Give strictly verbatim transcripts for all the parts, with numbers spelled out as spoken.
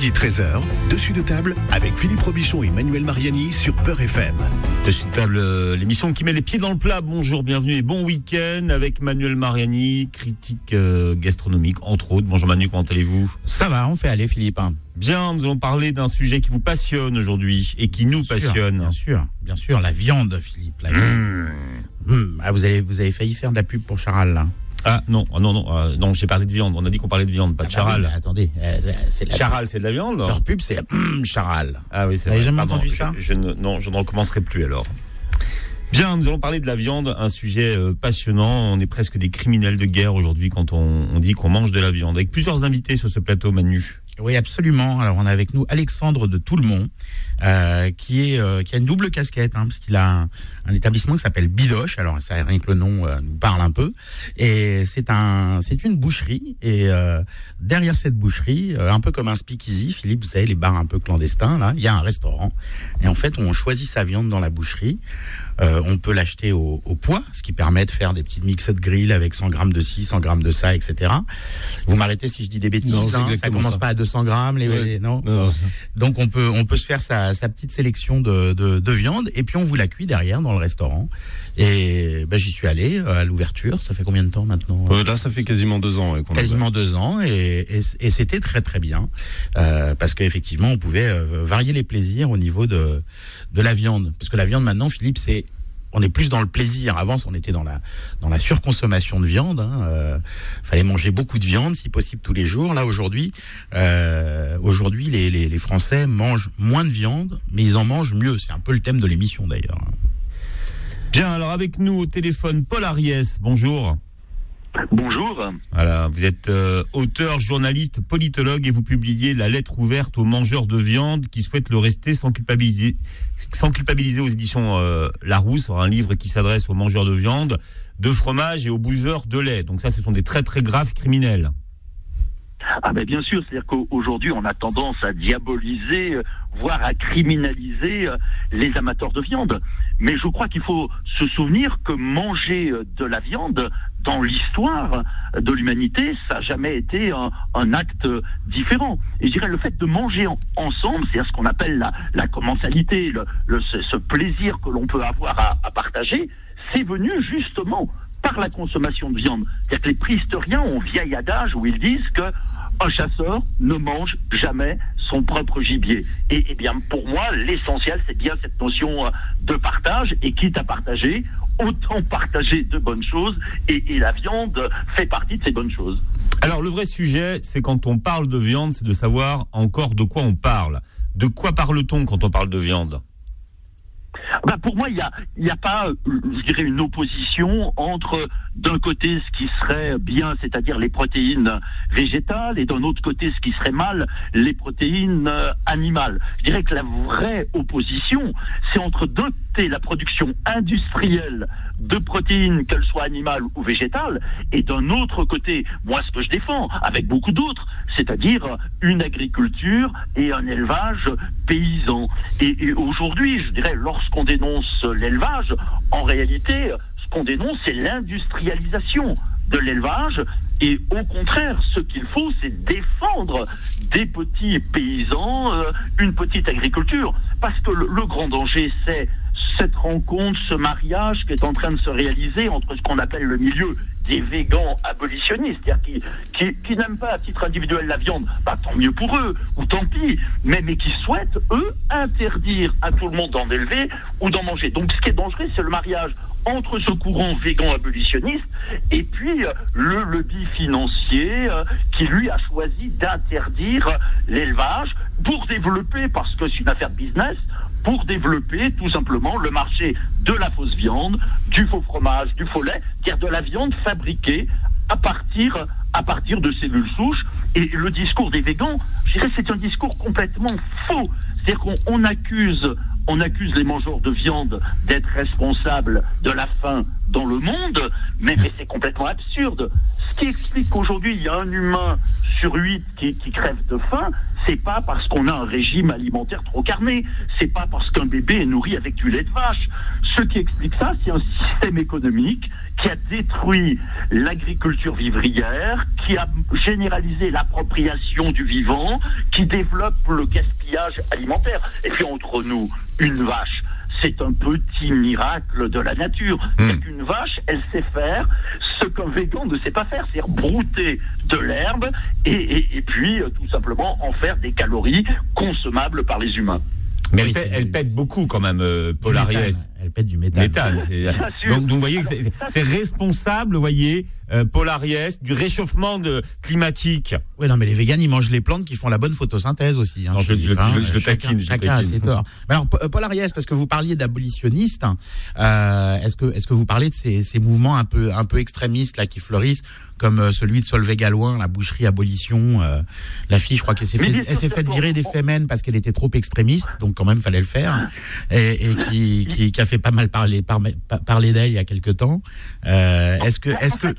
midi treize heures, Dessus de table avec Philippe Robichon et Manuel Mariani sur Peur F M. Dessus de table, euh, l'émission qui met les pieds dans le plat. Bonjour, bienvenue et bon week-end avec Manuel Mariani, critique euh, gastronomique entre autres. Bonjour Manu, comment allez-vous ? Ça va, on fait aller Philippe. Bien, nous allons parler d'un sujet qui vous passionne aujourd'hui et qui nous bien passionne. Sûr, bien sûr, bien sûr, la viande Philippe. La viande. Mmh. Mmh. Ah, vous avez, vous avez failli faire de la pub pour Charal là. Ah non, non, non, euh, non, j'ai parlé de viande. On a dit qu'on parlait de viande, pas de ah, bah Charal. Oui, attendez, euh, c'est la Charal, c'est de la viande. Leur pub, c'est hum, Charal. Ah oui, c'est vous vrai. Vous n'avez jamais Pardon, entendu je, ça je ne, Non, je ne recommencerai plus alors. Bien, nous allons parler de la viande, un sujet euh, passionnant. On est presque des criminels de guerre aujourd'hui quand on, on dit qu'on mange de la viande. Avec plusieurs invités sur ce plateau, Manu. Oui, absolument. Alors, on a avec nous Alexandre de Toulmont, euh, qui est euh, qui a une double casquette, hein, parce qu'il a un, un établissement qui s'appelle Bidoche. Alors, ça rien que le nom euh, nous parle un peu. Et c'est un, c'est une boucherie. Et euh, derrière cette boucherie, euh, un peu comme un speakeasy, Philippe, vous savez, les bars un peu clandestins, là, il y a un restaurant. Et en fait, on choisit sa viande dans la boucherie. Euh, on peut l'acheter au, au poids, ce qui permet de faire des petites mix de grill avec cent grammes de ci, cent grammes de ça, et cetera. Vous m'arrêtez si je dis des bêtises, non, hein, ça commence ça. pas à deux cents grammes, les, ouais. les non, non, non Donc on peut on peut se faire sa, sa petite sélection de, de, de viande et puis on vous la cuit derrière dans le restaurant. Et ben, j'y suis allé à l'ouverture. Ça fait combien de temps maintenant ? euh, Là, ça fait quasiment deux ans. Ouais, qu'on quasiment deux ans et, et, et c'était très très bien euh, parce qu'effectivement on pouvait euh, varier les plaisirs au niveau de de la viande, parce que la viande maintenant, Philippe, c'est on est plus dans le plaisir. Avant, on était dans la dans la surconsommation de viande. Hein. Euh, fallait manger beaucoup de viande, si possible tous les jours. Là, aujourd'hui, euh, aujourd'hui, les, les les Français mangent moins de viande, mais ils en mangent mieux. C'est un peu le thème de l'émission d'ailleurs. Bien, alors avec nous au téléphone Paul Ariès. Bonjour. Bonjour. Voilà, vous êtes euh, auteur, journaliste, politologue et vous publiez La lettre ouverte aux mangeurs de viande qui souhaitent le rester sans culpabiliser, sans culpabiliser aux éditions euh, Larousse, un livre qui s'adresse aux mangeurs de viande, de fromage et aux buveurs de lait. Donc ça, ce sont des très très graves criminels. Ah ben bien sûr, c'est-à-dire qu'aujourd'hui on a tendance à diaboliser, voire à criminaliser les amateurs de viande. Mais je crois qu'il faut se souvenir que manger de la viande, dans l'histoire de l'humanité, ça n'a jamais été un, un acte différent. Et je dirais le fait de manger en, ensemble, c'est-à-dire ce qu'on appelle la, la commensalité, le, le, ce, ce plaisir que l'on peut avoir à, à partager, c'est venu justement par la consommation de viande. C'est-à-dire que les préhistoriens ont un vieil adage où ils disent que un chasseur ne mange jamais son propre gibier. Et, et bien, pour moi, l'essentiel, c'est bien cette notion de partage. Et quitte à partager, autant partager de bonnes choses. Et, et la viande fait partie de ces bonnes choses. Alors, le vrai sujet, c'est quand on parle de viande, c'est de savoir encore de quoi on parle. De quoi parle-t-on quand on parle de viande ? Ben pour moi, il n'y a, y a pas, je dirais, une opposition entre, d'un côté, ce qui serait bien, c'est-à-dire les protéines végétales, et d'un autre côté, ce qui serait mal, les protéines euh, animales. Je dirais que la vraie opposition, c'est entre, d'un côté, la production industrielle de protéines, qu'elles soient animales ou végétales, et d'un autre côté, moi, ce que je défends, avec beaucoup d'autres, c'est-à-dire une agriculture et un élevage paysan. Et, et aujourd'hui, je dirais, lorsqu'on dénonce l'élevage, en réalité, ce qu'on dénonce, c'est l'industrialisation de l'élevage. Et au contraire, ce qu'il faut, c'est défendre des petits paysans, euh, une petite agriculture. Parce que le, le grand danger, c'est cette rencontre, ce mariage qui est en train de se réaliser entre ce qu'on appelle le milieu des végans abolitionnistes, c'est-à-dire qui, qui, qui n'aiment pas à titre individuel la viande, bah, tant mieux pour eux, ou tant pis, mais, mais qui souhaitent, eux, interdire à tout le monde d'en élever ou d'en manger. Donc ce qui est dangereux, c'est le mariage entre ce courant végan abolitionniste et puis euh, le lobby financier euh, qui, lui, a choisi d'interdire l'élevage pour développer, parce que c'est une affaire de business, pour développer tout simplement le marché de la fausse viande, du faux fromage, du faux lait, c'est-à-dire de la viande fabriquée à partir, à partir de cellules souches. Et le discours des végans, je dirais, c'est un discours complètement faux. C'est-à-dire qu'on on accuse, on accuse les mangeurs de viande d'être responsables de la faim dans le monde, mais, mais c'est complètement absurde. Ce qui explique qu'aujourd'hui, il y a un humain sur huit qui, qui crève de faim, c'est pas parce qu'on a un régime alimentaire trop carné, c'est pas parce qu'un bébé est nourri avec du lait de vache. Ce qui explique ça, c'est un système économique qui a détruit l'agriculture vivrière, qui a généralisé l'appropriation du vivant, qui développe le gaspillage alimentaire. Et puis entre nous, une vache, c'est un petit miracle de la nature. Mmh. C'est qu'une vache, elle sait faire ce qu'un végan ne sait pas faire, c'est-à-dire brouter de l'herbe et, et, et puis euh, tout simplement en faire des calories consommables par les humains. Mais elle, pète, elle pète beaucoup quand même, euh, Paul Ariès. Elle pète du méthane. méthane donc, donc vous voyez que c'est, c'est responsable, vous voyez, euh, Paul Ariès, du réchauffement de, climatique. Oui, non, mais les véganes, ils mangent les plantes qui font la bonne photosynthèse aussi. Hein, non, je, je, je, hein, je, je le chacun, taquine. Je chacun taquine. a ses torts. Mais alors, Paul Ariès, parce que vous parliez d'abolitionniste, euh, est-ce que, est-ce que vous parlez de ces, ces mouvements un peu, un peu extrémistes là qui fleurissent, comme euh, celui de Solveig Galloin, la boucherie abolition, euh, la fille, je crois qu'elle s'est fait, elle s'est fait virer des Femen parce qu'elle était trop extrémiste, donc quand même fallait le faire, et, et qui, qui, qui a fait pas mal parler, par, parler d'elle il y a quelque temps. Euh, est-ce que, est-ce que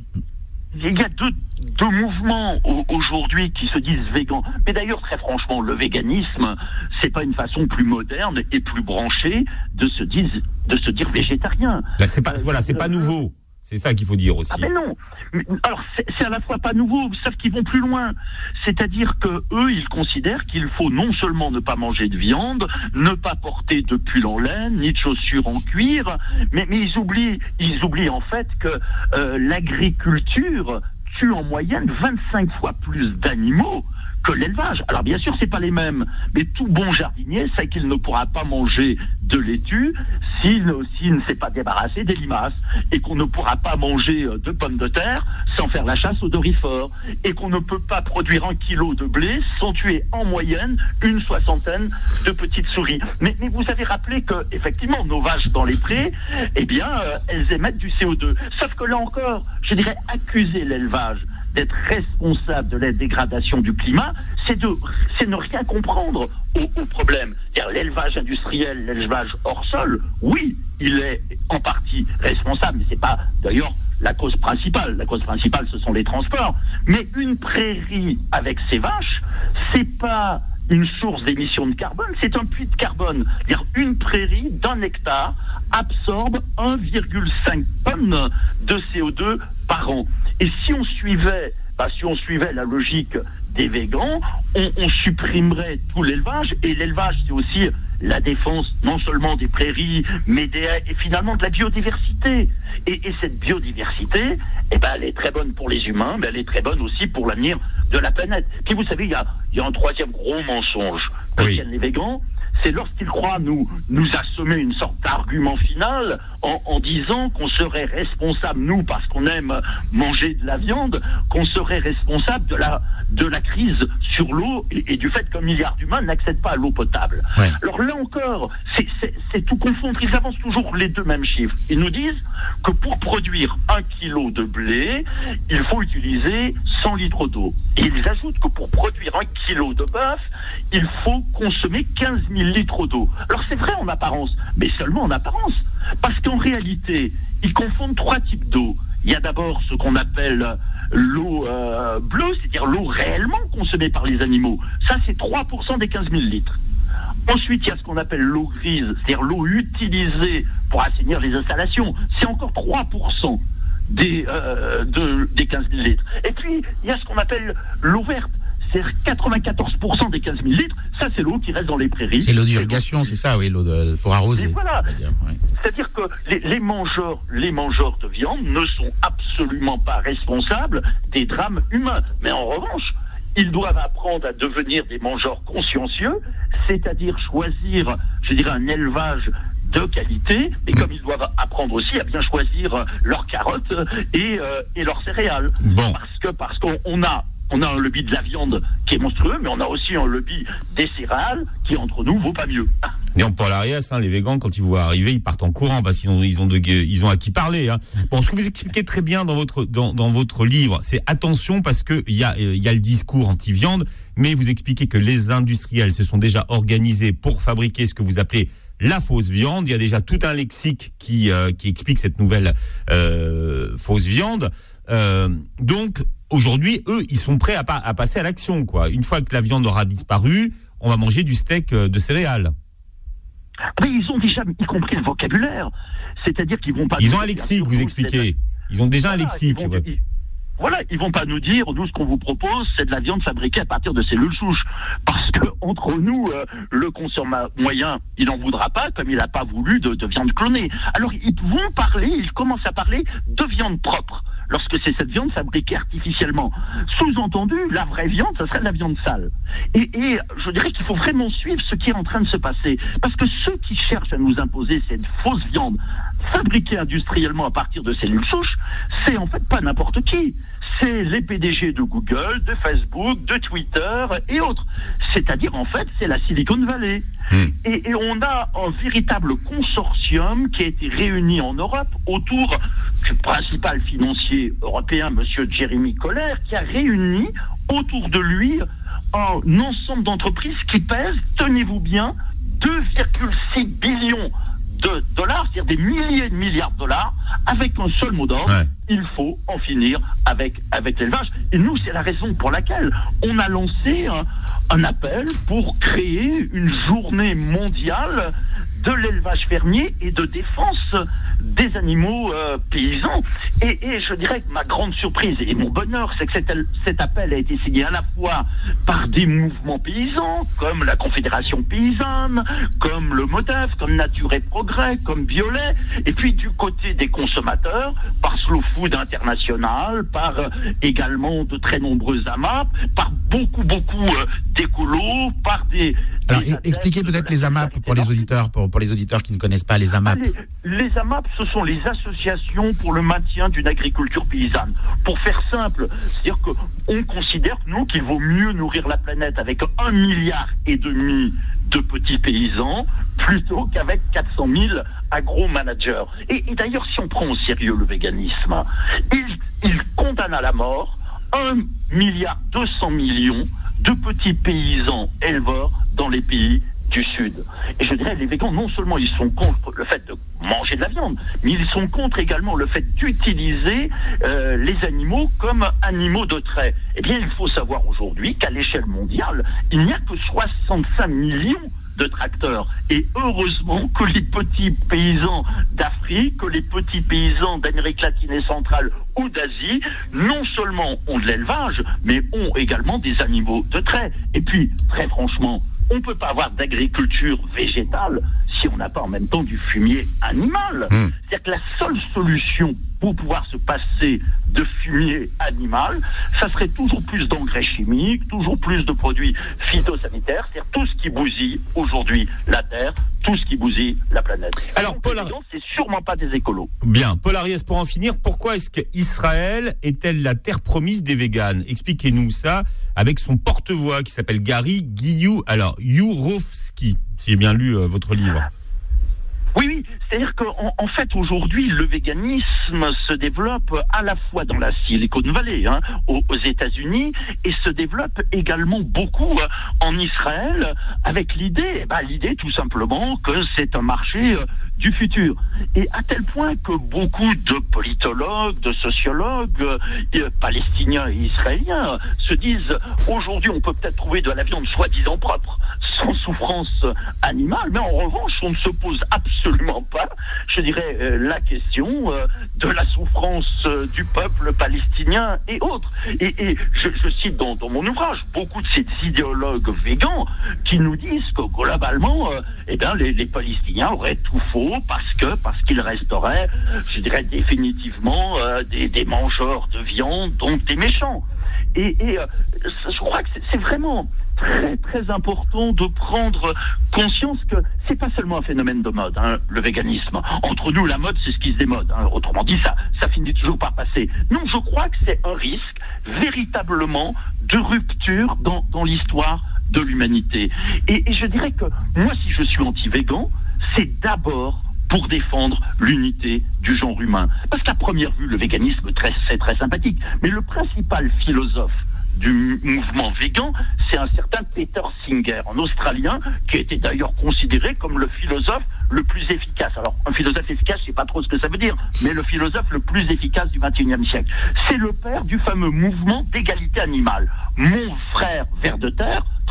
il y a deux, deux mouvements aujourd'hui qui se disent végans. Mais d'ailleurs, très franchement, le véganisme, c'est pas une façon plus moderne et plus branchée de se dire, de se dire végétarien. Là, c'est pas, voilà, c'est pas nouveau. C'est ça qu'il faut dire aussi. Ah ben non. Alors c'est, c'est à la fois pas nouveau, sauf qu'ils vont plus loin. C'est-à-dire que eux, ils considèrent qu'il faut non seulement ne pas manger de viande, ne pas porter de pull en laine, ni de chaussures en cuir, mais, mais ils oublient, ils oublient en fait que euh, l'agriculture tue en moyenne vingt-cinq fois plus d'animaux que l'élevage. Alors bien sûr, c'est pas les mêmes, mais tout bon jardinier sait qu'il ne pourra pas manger de laitue s'il ne, s'il ne s'est pas débarrassé des limaces, et qu'on ne pourra pas manger de pommes de terre sans faire la chasse au dorifort, et qu'on ne peut pas produire un kilo de blé sans tuer en moyenne une soixantaine de petites souris. Mais, mais vous avez rappelé que, effectivement, nos vaches dans les prés, eh bien, euh, elles émettent du C O deux. Sauf que là encore, je dirais accuser l'élevage d'être responsable de la dégradation du climat, c'est de, c'est ne rien comprendre au, au problème. C'est-à-dire l'élevage industriel, l'élevage hors sol, oui, il est en partie responsable, mais c'est pas d'ailleurs la cause principale. La cause principale, ce sont les transports. Mais une prairie avec ses vaches, c'est pas une source d'émissions de carbone, c'est un puits de carbone. C'est-à-dire une prairie d'un hectare absorbe un virgule cinq tonnes de C O deux par an. Et si on suivait, bah, si on suivait la logique des végans, on, on supprimerait tout l'élevage. Et l'élevage, c'est aussi la défense non seulement des prairies, mais des, et finalement de la biodiversité. Et, et cette biodiversité, eh ben, elle est très bonne pour les humains, mais elle est très bonne aussi pour l'avenir de la planète. Puis vous savez, il y a, il y a un troisième gros mensonge que oui. tiennent les végans. C'est lorsqu'ils croient nous, nous assommer une sorte d'argument final en, en disant qu'on serait responsable, nous, parce qu'on aime manger de la viande, qu'on serait responsable de la, de la crise sur l'eau et, et du fait qu'un milliard d'humains n'accèdent pas à l'eau potable. Ouais. Alors là encore, c'est, c'est, c'est tout confondre. Ils avancent toujours les deux mêmes chiffres. Ils nous disent que pour produire un kilo de blé, il faut utiliser cent litres d'eau. Et ils ajoutent que pour produire un kilo de bœuf, il faut consommer quinze mille litres d'eau. Alors c'est vrai en apparence, mais seulement en apparence. Parce qu'en réalité, ils confondent trois types d'eau. Il y a d'abord ce qu'on appelle l'eau euh, bleue, c'est-à-dire l'eau réellement consommée par les animaux. Ça, c'est trois pour cent des quinze mille litres. Ensuite, il y a ce qu'on appelle l'eau grise, c'est-à-dire l'eau utilisée pour assainir les installations. C'est encore trois pour cent des, euh, de, des quinze mille litres. Et puis, il y a ce qu'on appelle l'eau verte. C'est quatre-vingt-quatorze pour cent des quinze mille litres, ça c'est l'eau qui reste dans les prairies. C'est l'eau d'irrigation, c'est ça, oui, l'eau de, pour arroser. Et voilà, c'est-à-dire, oui. c'est-à-dire que les, les, mangeurs, les mangeurs de viande ne sont absolument pas responsables des drames humains. Mais en revanche, ils doivent apprendre à devenir des mangeurs consciencieux, c'est-à-dire choisir, je dirais, un élevage de qualité, et comme ils doivent apprendre aussi à bien choisir leurs carottes et, euh, et leurs céréales. Bon. Parce que parce qu'on on a On a un lobby de la viande qui est monstrueux, mais on a aussi un lobby des céréales qui, entre nous, vaut pas mieux. Et en Paul Ariès, hein, les végans, quand ils vous voient arriver, ils partent en courant parce qu'ils ont, ils ont, de, ils ont à qui parler. Hein. Bon, ce que vous expliquez très bien dans votre, dans, dans votre livre, c'est attention parce que il y a, il y a le discours anti-viande, mais vous expliquez que les industriels se sont déjà organisés pour fabriquer ce que vous appelez la fausse viande. Il y a déjà tout un lexique qui, euh, qui explique cette nouvelle euh, fausse viande. Euh, donc, aujourd'hui, eux, ils sont prêts à, pa- à passer à l'action, quoi. Une fois que la viande aura disparu, on va manger du steak de céréales. Mais ils ont déjà, y compris le vocabulaire. C'est-à-dire qu'ils vont pas... Ils ont un lexique, vous expliquez. Ils ont déjà voilà, un lexique. Ils vont, ils, voilà, ils vont pas nous dire, nous, ce qu'on vous propose, c'est de la viande fabriquée à partir de cellules souches. Parce que, entre nous, euh, le consommateur moyen, il n'en voudra pas, comme il n'a pas voulu de, de viande clonée. Alors, ils vont parler, ils commencent à parler de viande propre, lorsque c'est cette viande fabriquée artificiellement. Sous-entendu, la vraie viande, ça serait de la viande sale. Et, et je dirais qu'il faut vraiment suivre ce qui est en train de se passer. Parce que ceux qui cherchent à nous imposer cette fausse viande fabriquée industriellement à partir de cellules souches, c'est en fait pas n'importe qui. C'est les P D G de Google, de Facebook, de Twitter et autres. C'est-à-dire, en fait, c'est la Silicon Valley. Mmh. Et, et on a un véritable consortium qui a été réuni en Europe autour du principal financier européen, monsieur Jeremy Coller, qui a réuni autour de lui un ensemble d'entreprises qui pèsent, tenez-vous bien, deux virgule six billions de dollars, c'est-à-dire des milliers de milliards de dollars, avec un seul mot d'ordre, ouais. Il faut en finir avec, avec l'élevage. Et nous, c'est la raison pour laquelle on a lancé un, un appel pour créer une journée mondiale de l'élevage fermier et de défense des animaux euh, paysans. Et, et je dirais que ma grande surprise et mon bonheur, c'est que cet, cet appel a été signé à la fois par des mouvements paysans, comme la Confédération paysanne, comme le MODEF, comme Nature et Progrès, comme Biolay, et puis du côté des consommateurs, par Slow Food International, par euh, également de très nombreux A M A P, par beaucoup, beaucoup euh, d'écolos, par des... Alors, expliquez peut-être les A M A P pour les auditeurs, pour, pour les auditeurs qui ne connaissent pas les A M A P. Les, les A M A P, ce sont les associations pour le maintien d'une agriculture paysanne. Pour faire simple, c'est-à-dire qu'on considère, nous, qu'il vaut mieux nourrir la planète avec un milliard et demi de petits paysans plutôt qu'avec quatre cent mille agro-managers. Et, et d'ailleurs, si on prend au sérieux le véganisme, il, il condamne à la mort un milliard deux cents millions de petits paysans éleveurs dans les pays du Sud. Et je dirais, les végans, non seulement ils sont contre le fait de manger de la viande, mais ils sont contre également le fait d'utiliser euh, les animaux comme animaux de trait. Eh bien, il faut savoir aujourd'hui qu'à l'échelle mondiale, il n'y a que soixante-cinq millions de tracteurs. Et heureusement que les petits paysans d'Afrique, que les petits paysans d'Amérique latine et centrale ou d'Asie, non seulement ont de l'élevage, mais ont également des animaux de trait. Et puis, très franchement, on ne peut pas avoir d'agriculture végétale si on n'a pas en même temps du fumier animal. Mmh. C'est-à-dire que la seule solution pour pouvoir se passer de fumier animal, ça serait toujours plus d'engrais chimiques, toujours plus de produits phytosanitaires, c'est-à-dire tout ce qui bousille aujourd'hui la terre, tout ce qui bousille la planète. Alors, donc, Paul Ar... c'est sûrement pas des écolos. Bien, Paul Ariès, pour en finir, pourquoi est-ce qu'Israël est-elle la terre promise des véganes? Expliquez-nous ça avec son porte-voix qui s'appelle Gary Guillou, alors Yourofsky, si j'ai bien lu euh, votre livre. Oui, oui, c'est-à-dire qu'en en fait, aujourd'hui, le véganisme se développe à la fois dans la Silicon Valley, hein, aux, aux États-Unis, et se développe également beaucoup euh, en Israël, avec l'idée, bah, l'idée tout simplement que c'est un marché euh, du futur. Et à tel point que beaucoup de politologues, de sociologues, euh, palestiniens et israéliens, se disent, aujourd'hui, on peut peut-être trouver de la viande soi-disant propre, sans souffrance animale, mais en revanche, on ne se pose absolument pas, je dirais, euh, la question euh, de la souffrance euh, du peuple palestinien et autres. Et, et je, je cite dans, dans mon ouvrage beaucoup de ces idéologues végans qui nous disent que globalement, euh, eh bien, les, les Palestiniens auraient tout faux parce que parce qu'ils resteraient, je dirais, définitivement euh, des, des mangeurs de viande, donc des méchants. Et, et euh, je crois que c'est, c'est vraiment très très important de prendre conscience que c'est pas seulement un phénomène de mode, hein, le véganisme. Entre nous, la mode, c'est ce qui se démode. Hein. Autrement dit, ça, ça finit toujours par passer. Non, je crois que c'est un risque véritablement de rupture dans, dans l'histoire de l'humanité. Et, et je dirais que moi, si je suis anti-végan, c'est d'abord pour défendre l'unité du genre humain. Parce qu'à première vue, le véganisme, très, c'est très sympathique. Mais le principal philosophe du mouvement végan, c'est un certain Peter Singer, un Australien, qui a été d'ailleurs considéré comme le philosophe le plus efficace. Alors, un philosophe efficace, je ne sais pas trop ce que ça veut dire, mais le philosophe le plus efficace du vingt et unième siècle. C'est le père du fameux mouvement d'égalité animale. Mon frère ver de terre,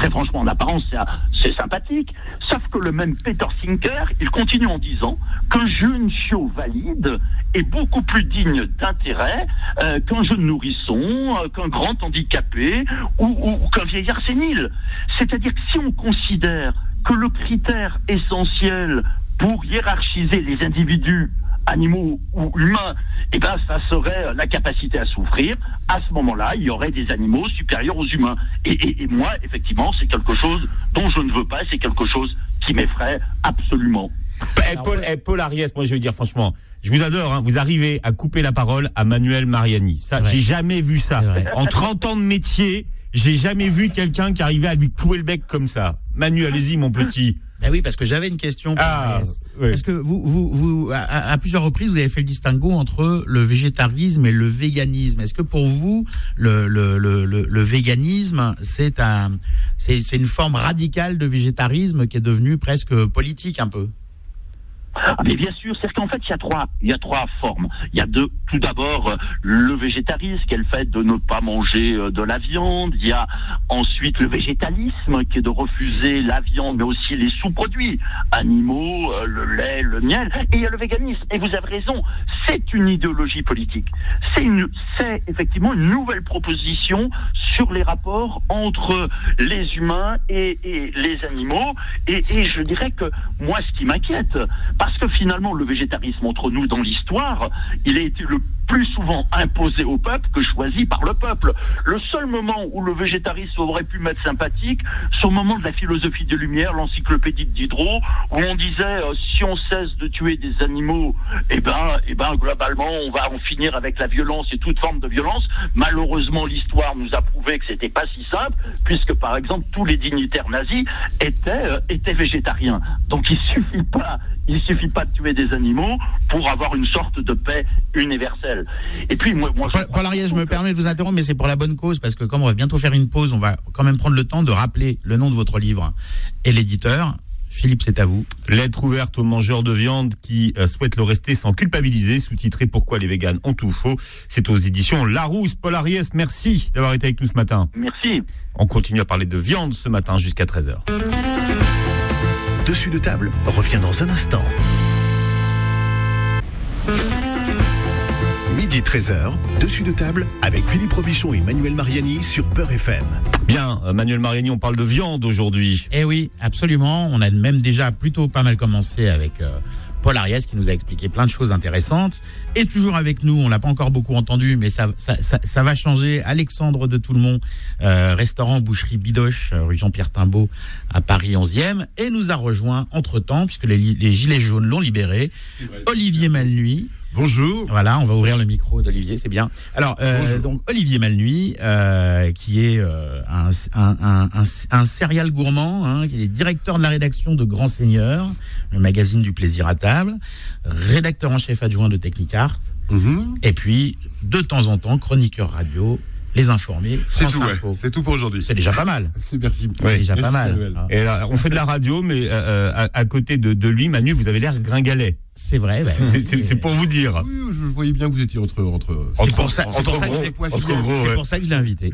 très franchement, en apparence, c'est, c'est sympathique. Sauf que le même Peter Singer, il continue en disant qu'un jeune chiot valide est beaucoup plus digne d'intérêt euh, qu'un jeune nourrisson, euh, qu'un grand handicapé ou, ou, ou qu'un vieillard sénile. C'est-à-dire que si on considère que le critère essentiel pour hiérarchiser les individus animaux ou humains, eh ben, ça serait la capacité à souffrir. À ce moment-là, il y aurait des animaux supérieurs aux humains. Et, et, et moi, effectivement, c'est quelque chose dont je ne veux pas, c'est quelque chose qui m'effraie absolument. Eh, Paul, eh, Paul Ariès, moi je veux dire franchement, je vous adore, hein, vous arrivez à couper la parole à Manuel Mariani. Ça, j'ai jamais vu ça. En trente ans de métier, j'ai jamais vu quelqu'un qui arrivait à lui clouer le bec comme ça. Manu, allez-y, mon petit. Ben oui, parce que j'avais une question. Ah, oui. Parce que vous, vous, vous à, à plusieurs reprises, vous avez fait le distinguo entre le végétarisme et le véganisme. Est-ce que pour vous, le, le, le, le, le véganisme, c'est un, c'est, c'est une forme radicale de végétarisme qui est devenue presque politique un peu? Ah, mais bien sûr, c'est qu'en fait, il y a trois, il y a trois formes. Il y a deux, tout d'abord, euh, le végétarisme, qui est le fait de ne pas manger euh, de la viande. Il y a ensuite le végétalisme, qui est de refuser la viande, mais aussi les sous-produits, animaux, euh, le lait, le miel. Et il y a le véganisme. Et vous avez raison, c'est une idéologie politique. C'est une, c'est effectivement une nouvelle proposition sur les rapports entre les humains et, et les animaux. Et, et je dirais que moi, ce qui m'inquiète, parce que finalement, le végétarisme entre nous dans l'histoire, il a été le plus souvent imposé au peuple que choisi par le peuple. Le seul moment où le végétarisme aurait pu m'être sympathique, c'est au moment de la philosophie des Lumières, l'encyclopédie de Diderot, où on disait euh, si on cesse de tuer des animaux, eh ben, eh ben, globalement, on va en finir avec la violence et toute forme de violence. Malheureusement, l'histoire nous a prouvé que c'était pas si simple, puisque par exemple, tous les dignitaires nazis étaient, euh, étaient végétariens. Donc il suffit pas, il suffit pas de tuer des animaux pour avoir une sorte de paix universelle. Et puis, moi, moi Paul, Paul Ariès, je me permets de vous interrompre, mais c'est pour la bonne cause, parce que comme on va bientôt faire une pause, on va quand même prendre le temps de rappeler le nom de votre livre et l'éditeur. Philippe, c'est à vous. Lettre ouverte aux mangeurs de viande qui euh, souhaitent le rester sans culpabiliser, sous-titré Pourquoi les véganes ont tout faux. C'est aux éditions Larousse. Paul Ariès, merci d'avoir été avec nous ce matin. Merci. On continue à parler de viande ce matin jusqu'à treize heures. Dessus de table revient dans un instant. Midi treize heures, Dessus de table avec Philippe Robichon et Manuel Mariani sur Peur F M. Bien, euh, Manuel Mariani, on parle de viande aujourd'hui. Eh oui, absolument. On a même déjà plutôt pas mal commencé avec euh, Paul Ariès qui nous a expliqué plein de choses intéressantes. Et toujours avec nous, on l'a pas encore beaucoup entendu, mais ça, ça, ça, ça va changer. Alexandre de Toulmont, euh, restaurant boucherie Bidoche, rue Jean-Pierre Timbaud à Paris onzième, et nous a rejoint entre-temps, puisque les, les Gilets jaunes l'ont libéré, Olivier Malnuit. Bonjour. Voilà, on va ouvrir le micro d'Olivier, c'est bien. Alors, euh, donc Olivier Malnuit, euh, qui est euh, un, un, un, un, un serial gourmand, hein, qui est directeur de la rédaction de Grand Seigneur, le magazine du plaisir à table, rédacteur en chef adjoint de Technicart, Mmh. et puis de temps en temps chroniqueur radio. Les informer. C'est France tout, ouais. Info. C'est tout pour aujourd'hui. C'est déjà pas mal. C'est merci. C'est déjà Merci, pas mal. Manuel. Hein. Et là, on fait de la radio, mais euh, à, à côté de, de lui, Manu, vous avez l'air gringalet. C'est vrai. Bah, C'est, c'est, c'est pour vous dire. Oui, je voyais bien que vous étiez entre entre. C'est Entre- pour ça, entre c'est pour ça que gros, je l'ai poids entre filets. gros, C'est ouais. pour ça que je l'ai invité.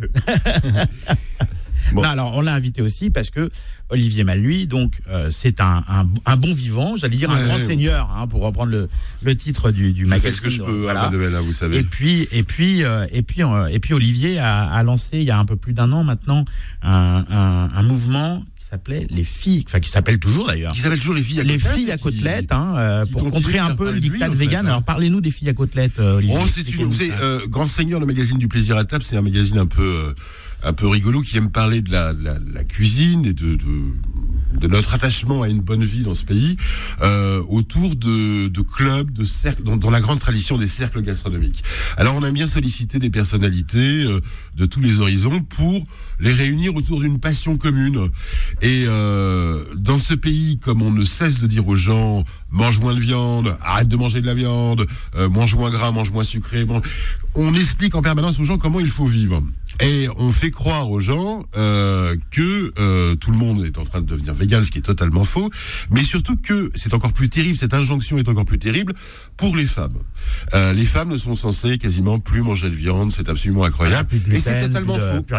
Bon. Non, alors on l'a invité aussi parce que Olivier Malnuit, donc euh, c'est un, un, un bon vivant, j'allais dire un Ouais, grand ouais. seigneur, hein, pour reprendre le, le titre du, du Je magazine. fais ce que je peux, Voilà. à Manuel, hein, vous savez. Et puis, et puis, euh, et puis, euh, et puis, Olivier a, a lancé il y a un peu plus d'un an maintenant un, un, un mouvement qui s'appelait les filles, enfin qui s'appelle toujours d'ailleurs. Qui s'appelle toujours les filles à Les côtelettes. filles à qui- côtelettes, hein, euh, qui pour continue contrer de un faire peu le parler de lui, dictat en fait, vegan. hein. Alors parlez-nous des filles à côtelettes, euh, Olivier. Oh, c'est une, Expliquez-nous vous savez, ça. euh, Grand Seigneur, le magazine du plaisir à table, c'est un magazine un peu, euh, un peu rigolo qui aime parler de la, de la, de la cuisine et de, de, de notre attachement à une bonne vie dans ce pays, euh, autour de, de clubs, de cercles, dans, dans la grande tradition des cercles gastronomiques. Alors, on aime bien solliciter des personnalités euh, de tous les horizons pour les réunir autour d'une passion commune. Et euh, dans ce pays, comme on ne cesse de dire aux gens, mange moins de viande, arrête de manger de la viande, euh, mange moins gras, mange moins sucré, mange... on explique en permanence aux gens comment il faut vivre. Et on fait croire aux gens euh, que euh, tout le monde est en train de devenir vegan, ce qui est totalement faux, mais surtout que c'est encore plus terrible, cette injonction est encore plus terrible pour les femmes. Euh, les femmes ne sont censées quasiment plus manger de viande, c'est absolument Voilà, incroyable. plus de Et c'est gluten, totalement plus de- faux. Plus rien, quoi.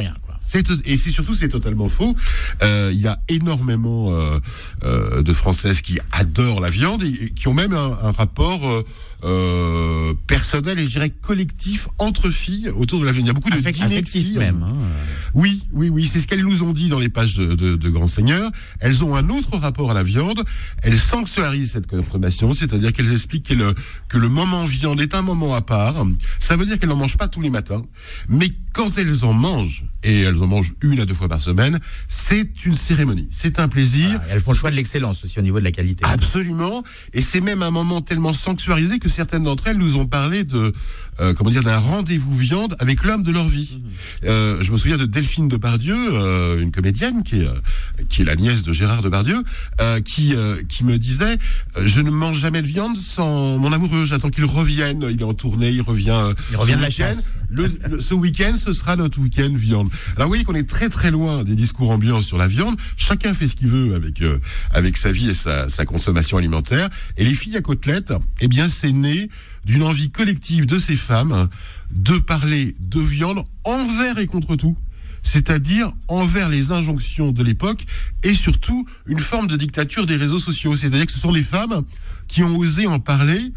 C'est, et c'est surtout, c'est totalement faux. Euh, il y a énormément euh, euh, de Françaises qui adorent la viande et qui ont même un, un rapport euh, euh, personnel et je dirais collectif entre filles autour de la viande. Il y a beaucoup de Affect, dîners de filles. même. Hein. Oui, oui, oui. C'est ce qu'elles nous ont dit dans les pages de, de, de Grand Seigneur. Elles ont un autre rapport à la viande. Elles sanctuarisent cette consommation, c'est-à-dire qu'elles expliquent que le, que le moment viande est un moment à part. Ça veut dire qu'elles n'en mangent pas tous les matins, mais quand elles en mangent, et elles en mangent une à deux fois par semaine, c'est une cérémonie, c'est un plaisir. Voilà, elles font le choix de l'excellence aussi au niveau de la qualité. Absolument, et c'est même un moment tellement sanctuarisé que certaines d'entre elles nous ont parlé de, euh, comment dire, d'un rendez-vous viande avec l'homme de leur vie. Mmh. Euh, je me souviens de Delphine Depardieu, euh, une comédienne qui est, euh, qui est la nièce de Gérard Depardieu, euh, qui, euh, qui me disait euh, je ne mange jamais de viande sans mon amoureux, j'attends qu'il revienne, il est en tournée, il revient. Euh, il revient de la chasse. Le, le, ce week-end, ce sera notre week-end viande. Alors vous voyez qu'on est très très loin des discours ambiants sur la viande. Chacun fait ce qu'il veut avec euh, avec sa vie et sa, sa consommation alimentaire. Et les filles à côtelettes, eh bien c'est né d'une envie collective de ces femmes de parler de viande envers et contre tout. C'est-à-dire envers les injonctions de l'époque et surtout une forme de dictature des réseaux sociaux. C'est-à-dire que ce sont les femmes qui ont osé en parler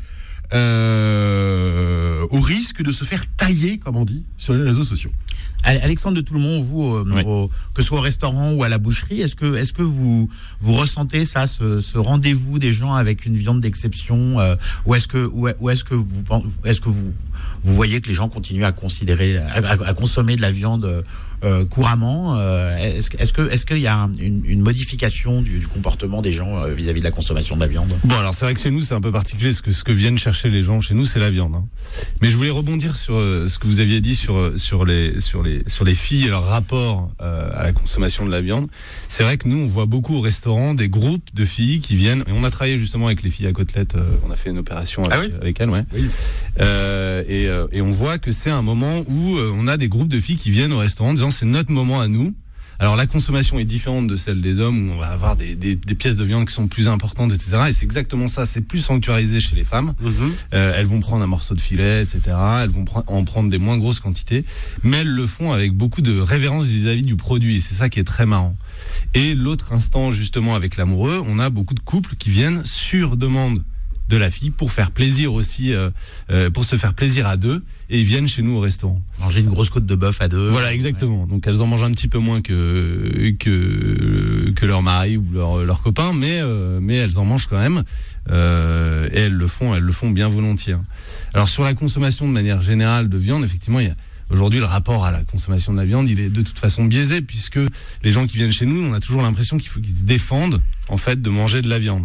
euh, au risque de se faire tailler, comme on dit, sur les réseaux sociaux. Alexandre de Toulmont, vous, euh, ouais. au, que ce soit au restaurant ou à la boucherie, est-ce que, est-ce que vous, vous ressentez ça, ce, ce rendez-vous des gens avec une viande d'exception, euh, ou est-ce que, ou, ou est-ce que vous, est-ce que vous, vous voyez que les gens continuent à considérer, à, à, à consommer de la viande euh, couramment euh, Est-ce, est-ce que, est-ce qu'il y a une, une modification du, du comportement des gens euh, vis-à-vis de la consommation de la viande? Bon, alors c'est vrai que chez nous c'est un peu particulier, ce que ce que viennent chercher les gens chez nous c'est la viande. Hein. Mais je voulais rebondir sur euh, ce que vous aviez dit sur sur les sur les sur les filles et leur rapport euh, à la consommation de la viande. C'est vrai que nous on voit beaucoup au restaurant des groupes de filles qui viennent et on a travaillé justement avec les filles à côtelettes. Euh, on a fait une opération avec, ah oui avec elles, ouais. Oui. Euh, et euh, et on voit que c'est un moment où euh, on a des groupes de filles qui viennent au restaurant en disant c'est notre moment à nous. Alors la consommation est différente de celle des hommes où on va avoir des, des, des pièces de viande qui sont plus importantes, et cetera. Et c'est exactement ça, c'est plus sanctuarisé chez les femmes. Mmh. Euh, elles vont prendre un morceau de filet, et cetera. Elles vont pre- en prendre des moins grosses quantités, mais elles le font avec beaucoup de révérence vis-à-vis du produit. Et c'est ça qui est très marrant. Et l'autre instant, justement, avec l'amoureux, on a beaucoup de couples qui viennent sur demande de la fille pour faire plaisir aussi, euh, euh, pour se faire plaisir à deux, et ils viennent chez nous au restaurant. Manger une grosse côte de bœuf à deux. Voilà, exactement. Ouais. Donc elles en mangent un petit peu moins que que que leur mari ou leur leur copain, mais euh, mais elles en mangent quand même. Euh, et elles le font, elles le font bien volontiers. Alors sur la consommation de manière générale de viande, effectivement, il y a aujourd'hui le rapport à la consommation de la viande, il est de toute façon biaisé puisque les gens qui viennent chez nous, on a toujours l'impression qu'il faut qu'ils se défendent en fait de manger de la viande.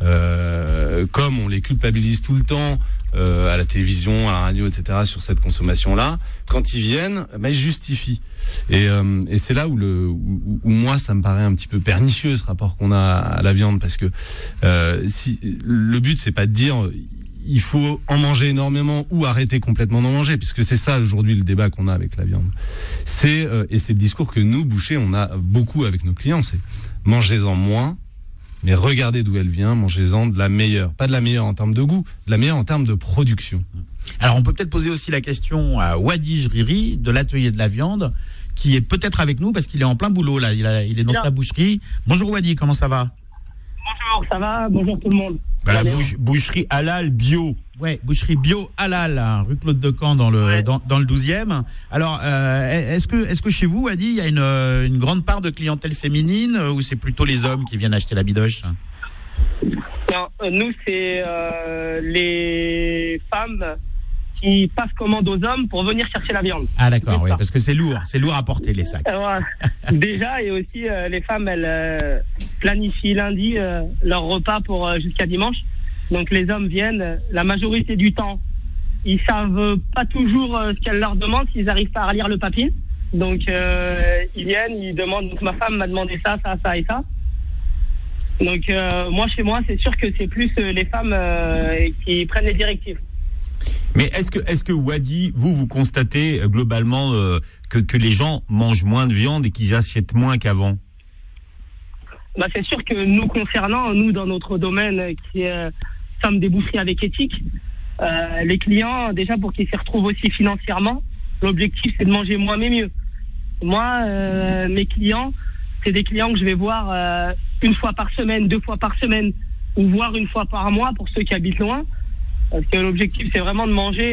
Euh, comme on les culpabilise tout le temps euh, à la télévision, à la radio, et cetera sur cette consommation-là, quand ils viennent, bah, ils justifient. Et, euh, et c'est là où, le, où, où moi ça me paraît un petit peu pernicieux ce rapport qu'on a à la viande, parce que euh, si le but c'est pas de dire il faut en manger énormément ou arrêter complètement d'en manger, puisque c'est ça aujourd'hui le débat qu'on a avec la viande. C'est euh, et c'est le discours que nous bouchers on a beaucoup avec nos clients, c'est mangez-en moins. Mais regardez d'où elle vient, mangez-en de la meilleure. Pas de la meilleure en termes de goût, de la meilleure en termes de production. Alors on peut peut-être poser aussi la question à Wadi Jriri de l'atelier de la viande, qui est peut-être avec nous parce qu'il est en plein boulot là, il, a, il est dans Bien. sa boucherie. Bonjour Wadi, comment ça va? Bonjour, ça va? Bonjour tout le monde. Voilà, bouche, boucherie halal bio. Ouais, boucherie bio halal, hein, rue Claude Decamps dans le ouais. dans, dans le douzième. Alors, euh, est-ce que est-ce que chez vous, Wadi, il y a une une grande part de clientèle féminine ou c'est plutôt les hommes qui viennent acheter la bidoche? Non, nous c'est euh, les femmes qui passent commande aux hommes pour venir chercher la viande. Ah d'accord, oui, parce que c'est lourd, c'est lourd à porter les sacs. Euh, ouais. Déjà, et aussi euh, les femmes, elles euh, planifient lundi euh, leur repas pour euh, jusqu'à dimanche. Donc les hommes viennent, la majorité du temps, ils savent pas toujours euh, ce qu'elles leur demandent, s'ils n'arrivent pas à lire le papier. Donc euh, ils viennent, ils demandent, donc ma femme m'a demandé ça, ça, ça et ça. Donc euh, moi chez moi, c'est sûr que c'est plus euh, les femmes euh, qui prennent les directives. Mais est-ce que, est-ce que Wadi, vous, vous constatez euh, globalement euh, que, que les gens mangent moins de viande et qu'ils achètent moins qu'avant? Bah, c'est sûr que nous concernant, nous dans notre domaine qui est, euh, sommes des boucheries avec éthique, euh, les clients, déjà pour qu'ils s'y retrouvent aussi financièrement, l'objectif c'est de manger moins mais mieux. Moi, euh, mes clients, c'est des clients que je vais voir euh, une fois par semaine, deux fois par semaine, ou voire une fois par mois pour ceux qui habitent loin. Parce que l'objectif, c'est vraiment de manger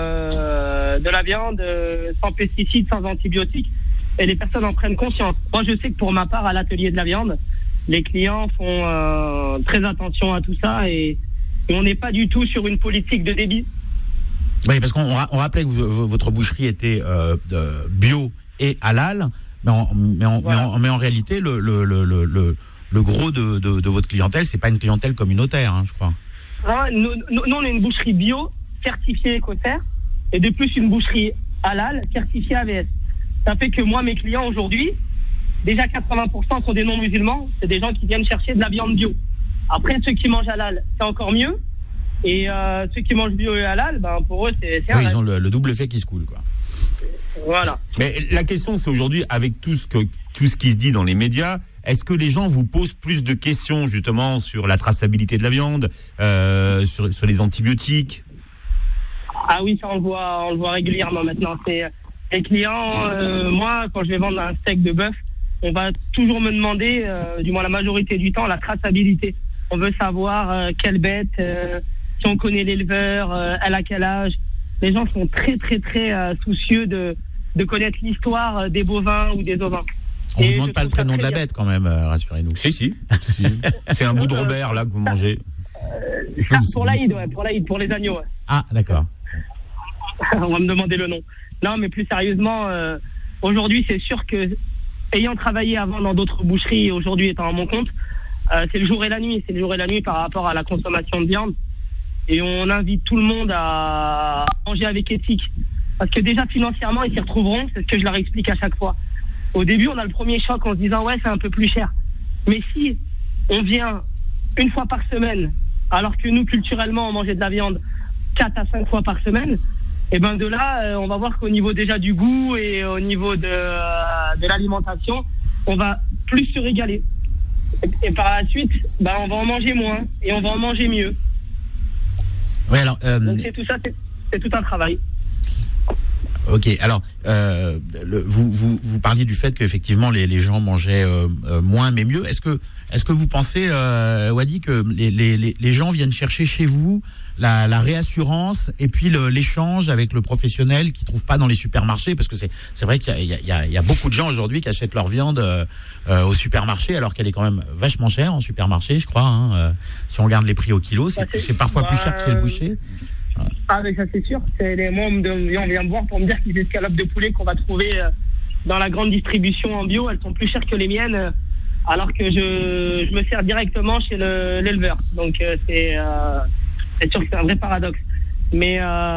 euh, de la viande euh, sans pesticides, sans antibiotiques. Et les personnes en prennent conscience. Moi, je sais que pour ma part, à l'atelier de la viande, les clients font euh, très attention à tout ça et, et on n'est pas du tout sur une politique de débit. Oui, parce qu'on on rappelait que vous, votre boucherie était euh, bio et halal, mais en, mais en, voilà. mais en, mais en réalité, le, le, le, le, le gros de, de, de votre clientèle, c'est pas une clientèle communautaire, hein, je crois. Non, nous, nous, nous, on est une boucherie bio, certifiée Écossaire, et de plus une boucherie halal, certifiée A V S. Ça fait que moi, mes clients aujourd'hui, déjà quatre-vingts pour cent sont des non-musulmans, c'est des gens qui viennent chercher de la viande bio. Après, ceux qui mangent halal, c'est encore mieux. Et euh, ceux qui mangent bio et halal, ben pour eux, c'est, c'est oui, ils ont le, le double fait qui se coule, quoi. Voilà. Mais la question, c'est aujourd'hui, avec tout ce, que, tout ce qui se dit dans les médias, est-ce que les gens vous posent plus de questions, justement, sur la traçabilité de la viande, euh, sur, sur les antibiotiques ? Ah oui, ça, on le voit, on le voit régulièrement maintenant. C'est, les clients, euh, moi, quand je vais vendre un steak de bœuf, on va toujours me demander, euh, du moins la majorité du temps, la traçabilité. On veut savoir euh, quelle bête... Euh, si on connaît l'éleveur, euh, elle a quel âge. Les gens sont très très très euh, soucieux de, de connaître l'histoire euh, des bovins ou des ovins. On ne vous demande pas le prénom de la bête quand même, euh, rassurez-nous. Si, si. si. C'est un bout de Robert là que vous mangez. Euh, ça, pour l'Aïd, ouais, pour l'Aïd, pour les agneaux. Ouais. Ah, d'accord. On va me demander le nom. Non, mais plus sérieusement, euh, aujourd'hui, c'est sûr que, ayant travaillé avant dans d'autres boucheries et aujourd'hui étant à mon compte, euh, c'est le jour et la nuit. C'est le jour et la nuit par rapport à la consommation de viande. Et on invite tout le monde à manger avec éthique. Parce que déjà, financièrement, ils s'y retrouveront. C'est ce que je leur explique à chaque fois. Au début, on a le premier choc en se disant « ouais, c'est un peu plus cher ». Mais si on vient une fois par semaine, alors que nous, culturellement, on mangeait de la viande quatre à cinq fois par semaine, et ben de là, on va voir qu'au niveau déjà du goût et au niveau de, de l'alimentation, on va plus se régaler. Et par la suite, ben, on va en manger moins et on va en manger mieux. Oui, alors, euh, Donc c'est tout ça, c'est, c'est tout un travail. Ok, alors euh, le, vous, vous vous parliez du fait qu'effectivement les, les gens mangeaient euh, euh, moins mais mieux. Est-ce que est-ce que vous pensez, euh, Wadi, que les, les, les gens viennent chercher chez vous la, la réassurance et puis le, l'échange avec le professionnel qu'ils trouvent pas dans les supermarchés, parce que c'est c'est vrai qu'il y a, il y a, il y a beaucoup de gens aujourd'hui qui achètent leur viande euh, euh, au supermarché alors qu'elle est quand même vachement chère en supermarché, je crois. Hein, euh, si on regarde les prix au kilo, c'est, bah, c'est, c'est parfois bah, plus cher que chez le boucher. Ah, mais ça c'est sûr. C'est les membres de, on vient me voir pour me dire que les escalopes de poulet qu'on va trouver euh, dans la grande distribution en bio, elles sont plus chères que les miennes, euh, alors que je, je me sers directement chez le, l'éleveur. Donc euh, c'est, euh, c'est sûr que c'est un vrai paradoxe. Mais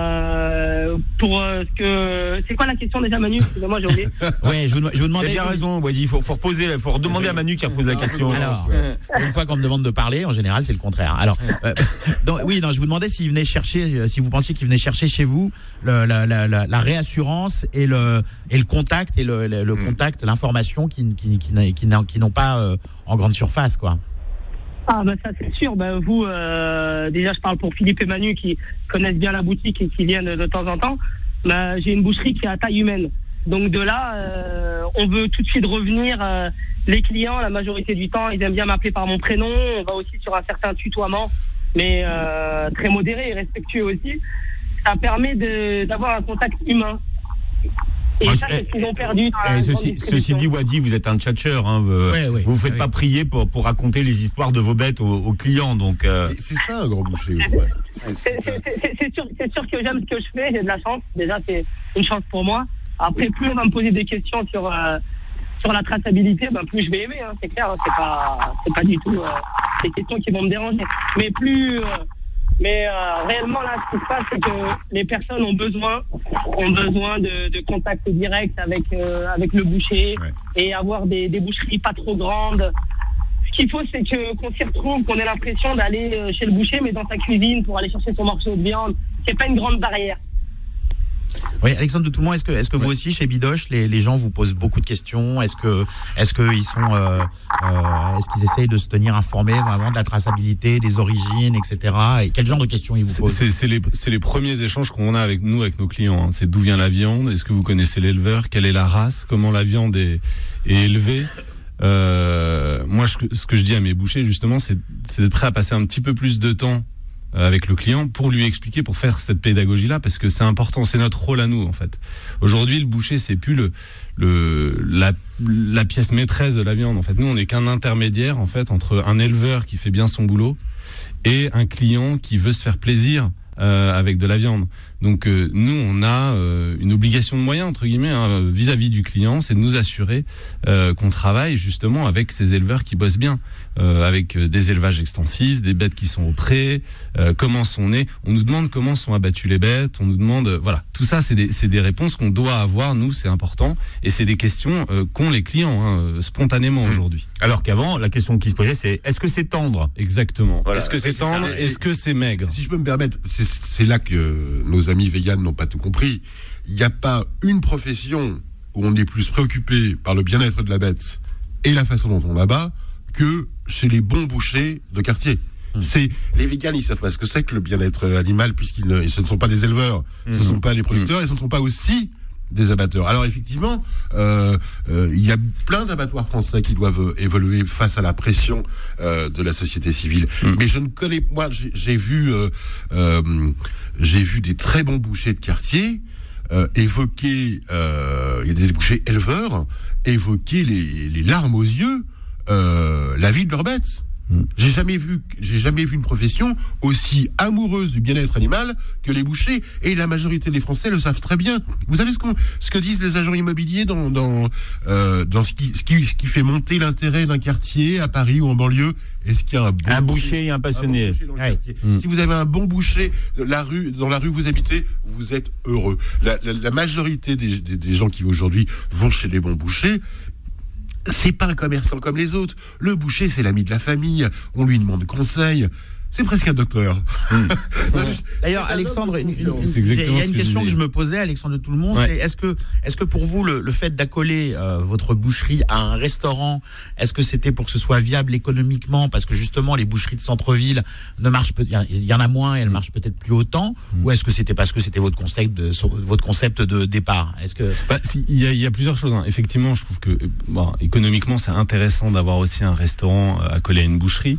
euh, pour euh, ce que c'est quoi la question déjà, Manu? Excusez-moi, j'ai oublié. Ouais, je vous, je vous demandais. Vous avez bien raison, Wadi. Il faut, faut reposer, faut redemander à Manu qui a posé la question. Alors, une fois qu'on me demande de parler, en général, c'est le contraire. Alors, euh, donc, oui, non, je vous demandais s'il venait chercher, si vous pensiez qu'il venait chercher chez vous le, la, la, la, la réassurance et le et le contact et le, le, le mmh. contact, l'information qui qui qui, qui, qui, qui n'ont pas euh, en grande surface, quoi. Ah bah ça c'est sûr, bah vous euh, déjà je parle pour Philippe et Manu qui connaissent bien la boutique et qui viennent de temps en temps. Bah, j'ai une boucherie qui est à taille humaine, donc de là euh, on veut tout de suite revenir. Euh, les clients, la majorité du temps, ils aiment bien m'appeler par mon prénom. On va aussi sur un certain tutoiement, mais euh, très modéré et respectueux aussi. Ça permet de d'avoir un contact humain. Et moi, ça, c'est ce qu'ils ont perdu. Et ceci, ceci dit, Wadi, vous êtes un tchatcheur. Hein, vous ouais, ouais, vous vous faites ouais. pas prier pour, pour raconter les histoires de vos bêtes aux, aux clients. Donc, euh... c'est ça un grand boucher. Ouais. C'est, c'est, c'est, c'est, c'est, sûr, c'est sûr que j'aime ce que je fais, j'ai de la chance. Déjà, c'est une chance pour moi. Après, plus on va me poser des questions sur, euh, sur la traçabilité, ben, plus je vais aimer. Hein, c'est clair, hein, c'est, pas, c'est pas du tout euh, des questions qui vont me déranger. Mais plus... Euh, Mais euh, réellement, là, ce qui se passe, c'est que les personnes ont besoin, ont besoin de, de contact direct avec euh, avec le boucher, ouais. Et avoir des, des boucheries pas trop grandes. Ce qu'il faut, c'est que qu'on s'y retrouve, qu'on ait l'impression d'aller chez le boucher, mais dans sa cuisine pour aller chercher son morceau de viande. C'est pas une grande barrière. Oui, Alexandre de Tout le Monde, est-ce que, est-ce que vous aussi, chez Bidoche, les, les gens vous posent beaucoup de questions? Est-ce que, est-ce qu'ils sont, euh, euh, est-ce qu'ils essayent de se tenir informés vraiment de la traçabilité, des origines, et cetera. Et quel genre de questions ils vous posent? C'est, c'est, les, c'est les premiers échanges qu'on a avec nous, avec nos clients. Hein. C'est d'où vient la viande? Est-ce que vous connaissez l'éleveur? Quelle est la race? Comment la viande est, est élevée? Euh, moi, je, ce que je dis à mes bouchers, justement, c'est, c'est d'être prêt à passer un petit peu plus de temps avec le client pour lui expliquer, pour faire cette pédagogie-là, parce que c'est important, c'est notre rôle à nous, en fait. Aujourd'hui, le boucher, c'est plus le, le, la, la pièce maîtresse de la viande, en fait. Nous, on n'est qu'un intermédiaire, en fait, entre un éleveur qui fait bien son boulot et un client qui veut se faire plaisir euh, avec de la viande. Donc euh, nous, on a euh, une obligation de moyens, entre guillemets, hein, vis-à-vis du client, c'est de nous assurer euh, qu'on travaille justement avec ces éleveurs qui bossent bien, euh, avec euh, des élevages extensifs, des bêtes qui sont au pré, euh, comment sont nées. On nous demande comment sont abattues les bêtes, on nous demande, euh, voilà, tout ça, c'est des, c'est des réponses qu'on doit avoir, nous, c'est important, et c'est des questions euh, qu'ont les clients, hein, spontanément aujourd'hui. Alors qu'avant, la question qui se posait, c'est est-ce que c'est tendre? Exactement. Voilà. Est-ce que c'est c'est tendre? ça. Est-ce que c'est maigre? Si je peux me permettre, c'est, c'est là que nos amis véganes n'ont pas tout compris. Il n'y a pas une profession où on est plus préoccupé par le bien-être de la bête et la façon dont on l'abat que chez les bons bouchers de quartier. Mmh. C'est, les véganes, ils savent pas ce que c'est que le bien-être animal, puisqu'ils ne, ce ne sont pas des éleveurs, mmh. ce ne sont pas les producteurs, mmh. et ce ne sont pas aussi des abatteurs. Alors effectivement, euh, euh, il y a plein d'abattoirs français qui doivent évoluer face à la pression euh, de la société civile. Mmh. Mais je ne connais, moi, j'ai, j'ai vu, euh, euh, j'ai vu des très bons bouchers de quartier euh, évoquer, euh, il y a des bouchers éleveurs évoquer les, les larmes aux yeux, euh, la vie de leurs bêtes. Mmh. J'ai jamais vu, j'ai jamais vu une profession aussi amoureuse du bien-être animal que les bouchers, et la majorité des Français le savent très bien. Vous savez ce qu'on, ce que disent les agents immobiliers dans dans euh, dans ce qui ce qui ce qui fait monter l'intérêt d'un quartier à Paris ou en banlieue? Est-ce qu'il y a un bon un boucher et un passionné? Un bon boucher dans le ouais. quartier. Mmh. Si vous avez un bon boucher, la rue dans la rue où vous habitez, vous êtes heureux. La, la, la majorité des, des des gens qui aujourd'hui vont chez les bons bouchers, c'est pas un commerçant comme les autres. Le boucher, c'est l'ami de la famille. On lui demande conseil. C'est presque un docteur. Mmh. D'ailleurs, Alexandre, une, une, une, c'est il y exactement a une ce que question je que je me posais, Alexandre de Tout le Monde, ouais. c'est est-ce que, est-ce que pour vous, le, le fait d'accoler euh, votre boucherie à un restaurant, est-ce que c'était pour que ce soit viable économiquement, parce que justement les boucheries de centre-ville ne marchent, il y en a moins et elles marchent peut-être plus autant, mmh. ou est-ce que c'était parce que c'était votre concept de, votre concept de départ? Est-ce que bah, si, il y a, il y a plusieurs choses. Hein. Effectivement, je trouve que bon, économiquement, c'est intéressant d'avoir aussi un restaurant accolé à une boucherie.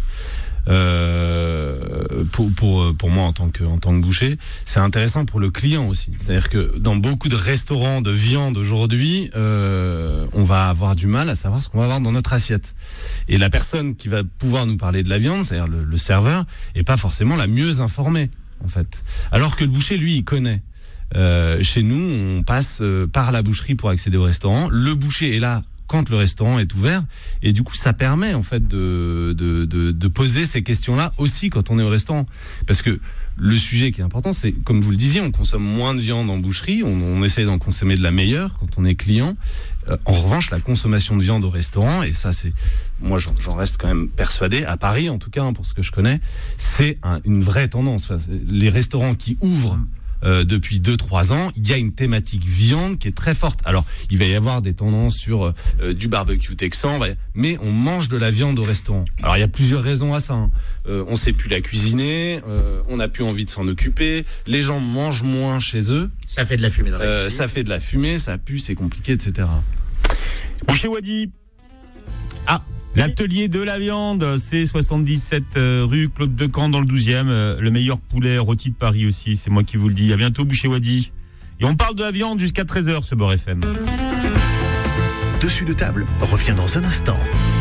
Euh, pour pour pour moi en tant que en tant que boucher, c'est intéressant pour le client aussi. C'est-à-dire que dans beaucoup de restaurants de viande aujourd'hui, euh, on va avoir du mal à savoir ce qu'on va avoir dans notre assiette. Et la personne qui va pouvoir nous parler de la viande, c'est-à-dire le, le serveur, est pas forcément la mieux informée en fait. Alors que le boucher, lui, il connaît. Euh, chez nous, on passe euh, par la boucherie pour accéder au restaurant. Le boucher est là quand le restaurant est ouvert, et du coup ça permet en fait de, de, de, de poser ces questions-là aussi quand on est au restaurant, parce que le sujet qui est important, c'est comme vous le disiez, on consomme moins de viande en boucherie, on, on essaye d'en consommer de la meilleure quand on est client. Euh, en revanche, la consommation de viande au restaurant, et ça c'est, moi j'en, j'en reste quand même persuadé, à Paris en tout cas, hein, pour ce que je connais, c'est un, une vraie tendance. Enfin, les restaurants qui ouvrent Euh, depuis deux trois ans, il y a une thématique viande qui est très forte. Alors, il va y avoir des tendances sur euh, du barbecue texan, mais on mange de la viande au restaurant. Alors, il y a plusieurs raisons à ça. Hein. Euh, on sait plus la cuisiner, euh, on n'a plus envie de s'en occuper, les gens mangent moins chez eux. ça fait de la fumée dans la euh, cuisine. Ça fait de la fumée, ça pue, c'est compliqué, et cetera. Boucher Wadi. Ah. L'atelier de la viande, c'est soixante-dix-sept euh, rue Claude Decamps dans le douzième. Euh, le meilleur poulet rôti de Paris aussi, c'est moi qui vous le dis. À bientôt, Boucher Wadi. Et on parle de la viande jusqu'à treize heures, ce Beurre F M. Dessus de table revient dans un instant.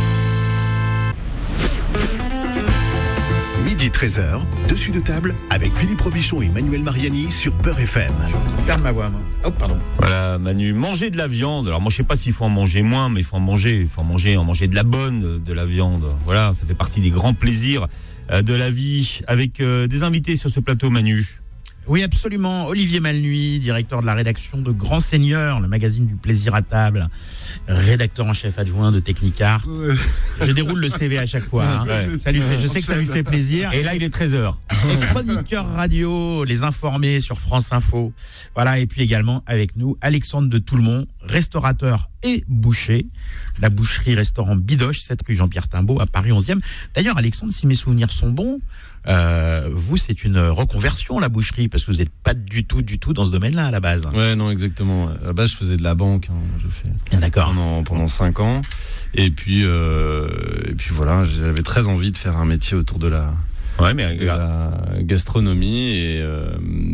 Midi treize heures, Dessus de table avec Philippe Robichon et Manuel Mariani sur Beurre F M. Je perds ma voix, moi. Oh, pardon. Voilà, Manu, manger de la viande. Alors moi, je sais pas s'il faut en manger moins, mais il faut en manger. Il faut en manger, en manger de la bonne, de la viande. Voilà, ça fait partie des grands plaisirs euh, de la vie. Avec euh, des invités sur ce plateau, Manu. Oui, absolument. Olivier Malnuit, directeur de la rédaction de Grand Seigneur, le magazine du plaisir à table, rédacteur en chef adjoint de Technicart. Ouais. Je déroule le C V à chaque fois. Hein. Ouais. Ça lui fait, je sais que ça lui fait plaisir. Et là, il est treize heures. Et chroniqueur radio, les informés sur France Info. Voilà, et puis également avec nous, Alexandre de Toulmont, restaurateur et boucher. La boucherie-restaurant Bidoche, sept rue Jean-Pierre Timbaud à Paris onzième. D'ailleurs, Alexandre, si mes souvenirs sont bons, euh, vous, c'est une reconversion, la boucherie, parce que vous n'êtes pas du tout, du tout dans ce domaine-là, à la base. Ouais, non, exactement. À la base, je faisais de la banque. Hein, je fais Bien d'accord. Pendant, pendant cinq ans. Et puis, euh, et puis voilà, j'avais très envie de faire un métier autour de la... Ouais, mais de la gastronomie et euh,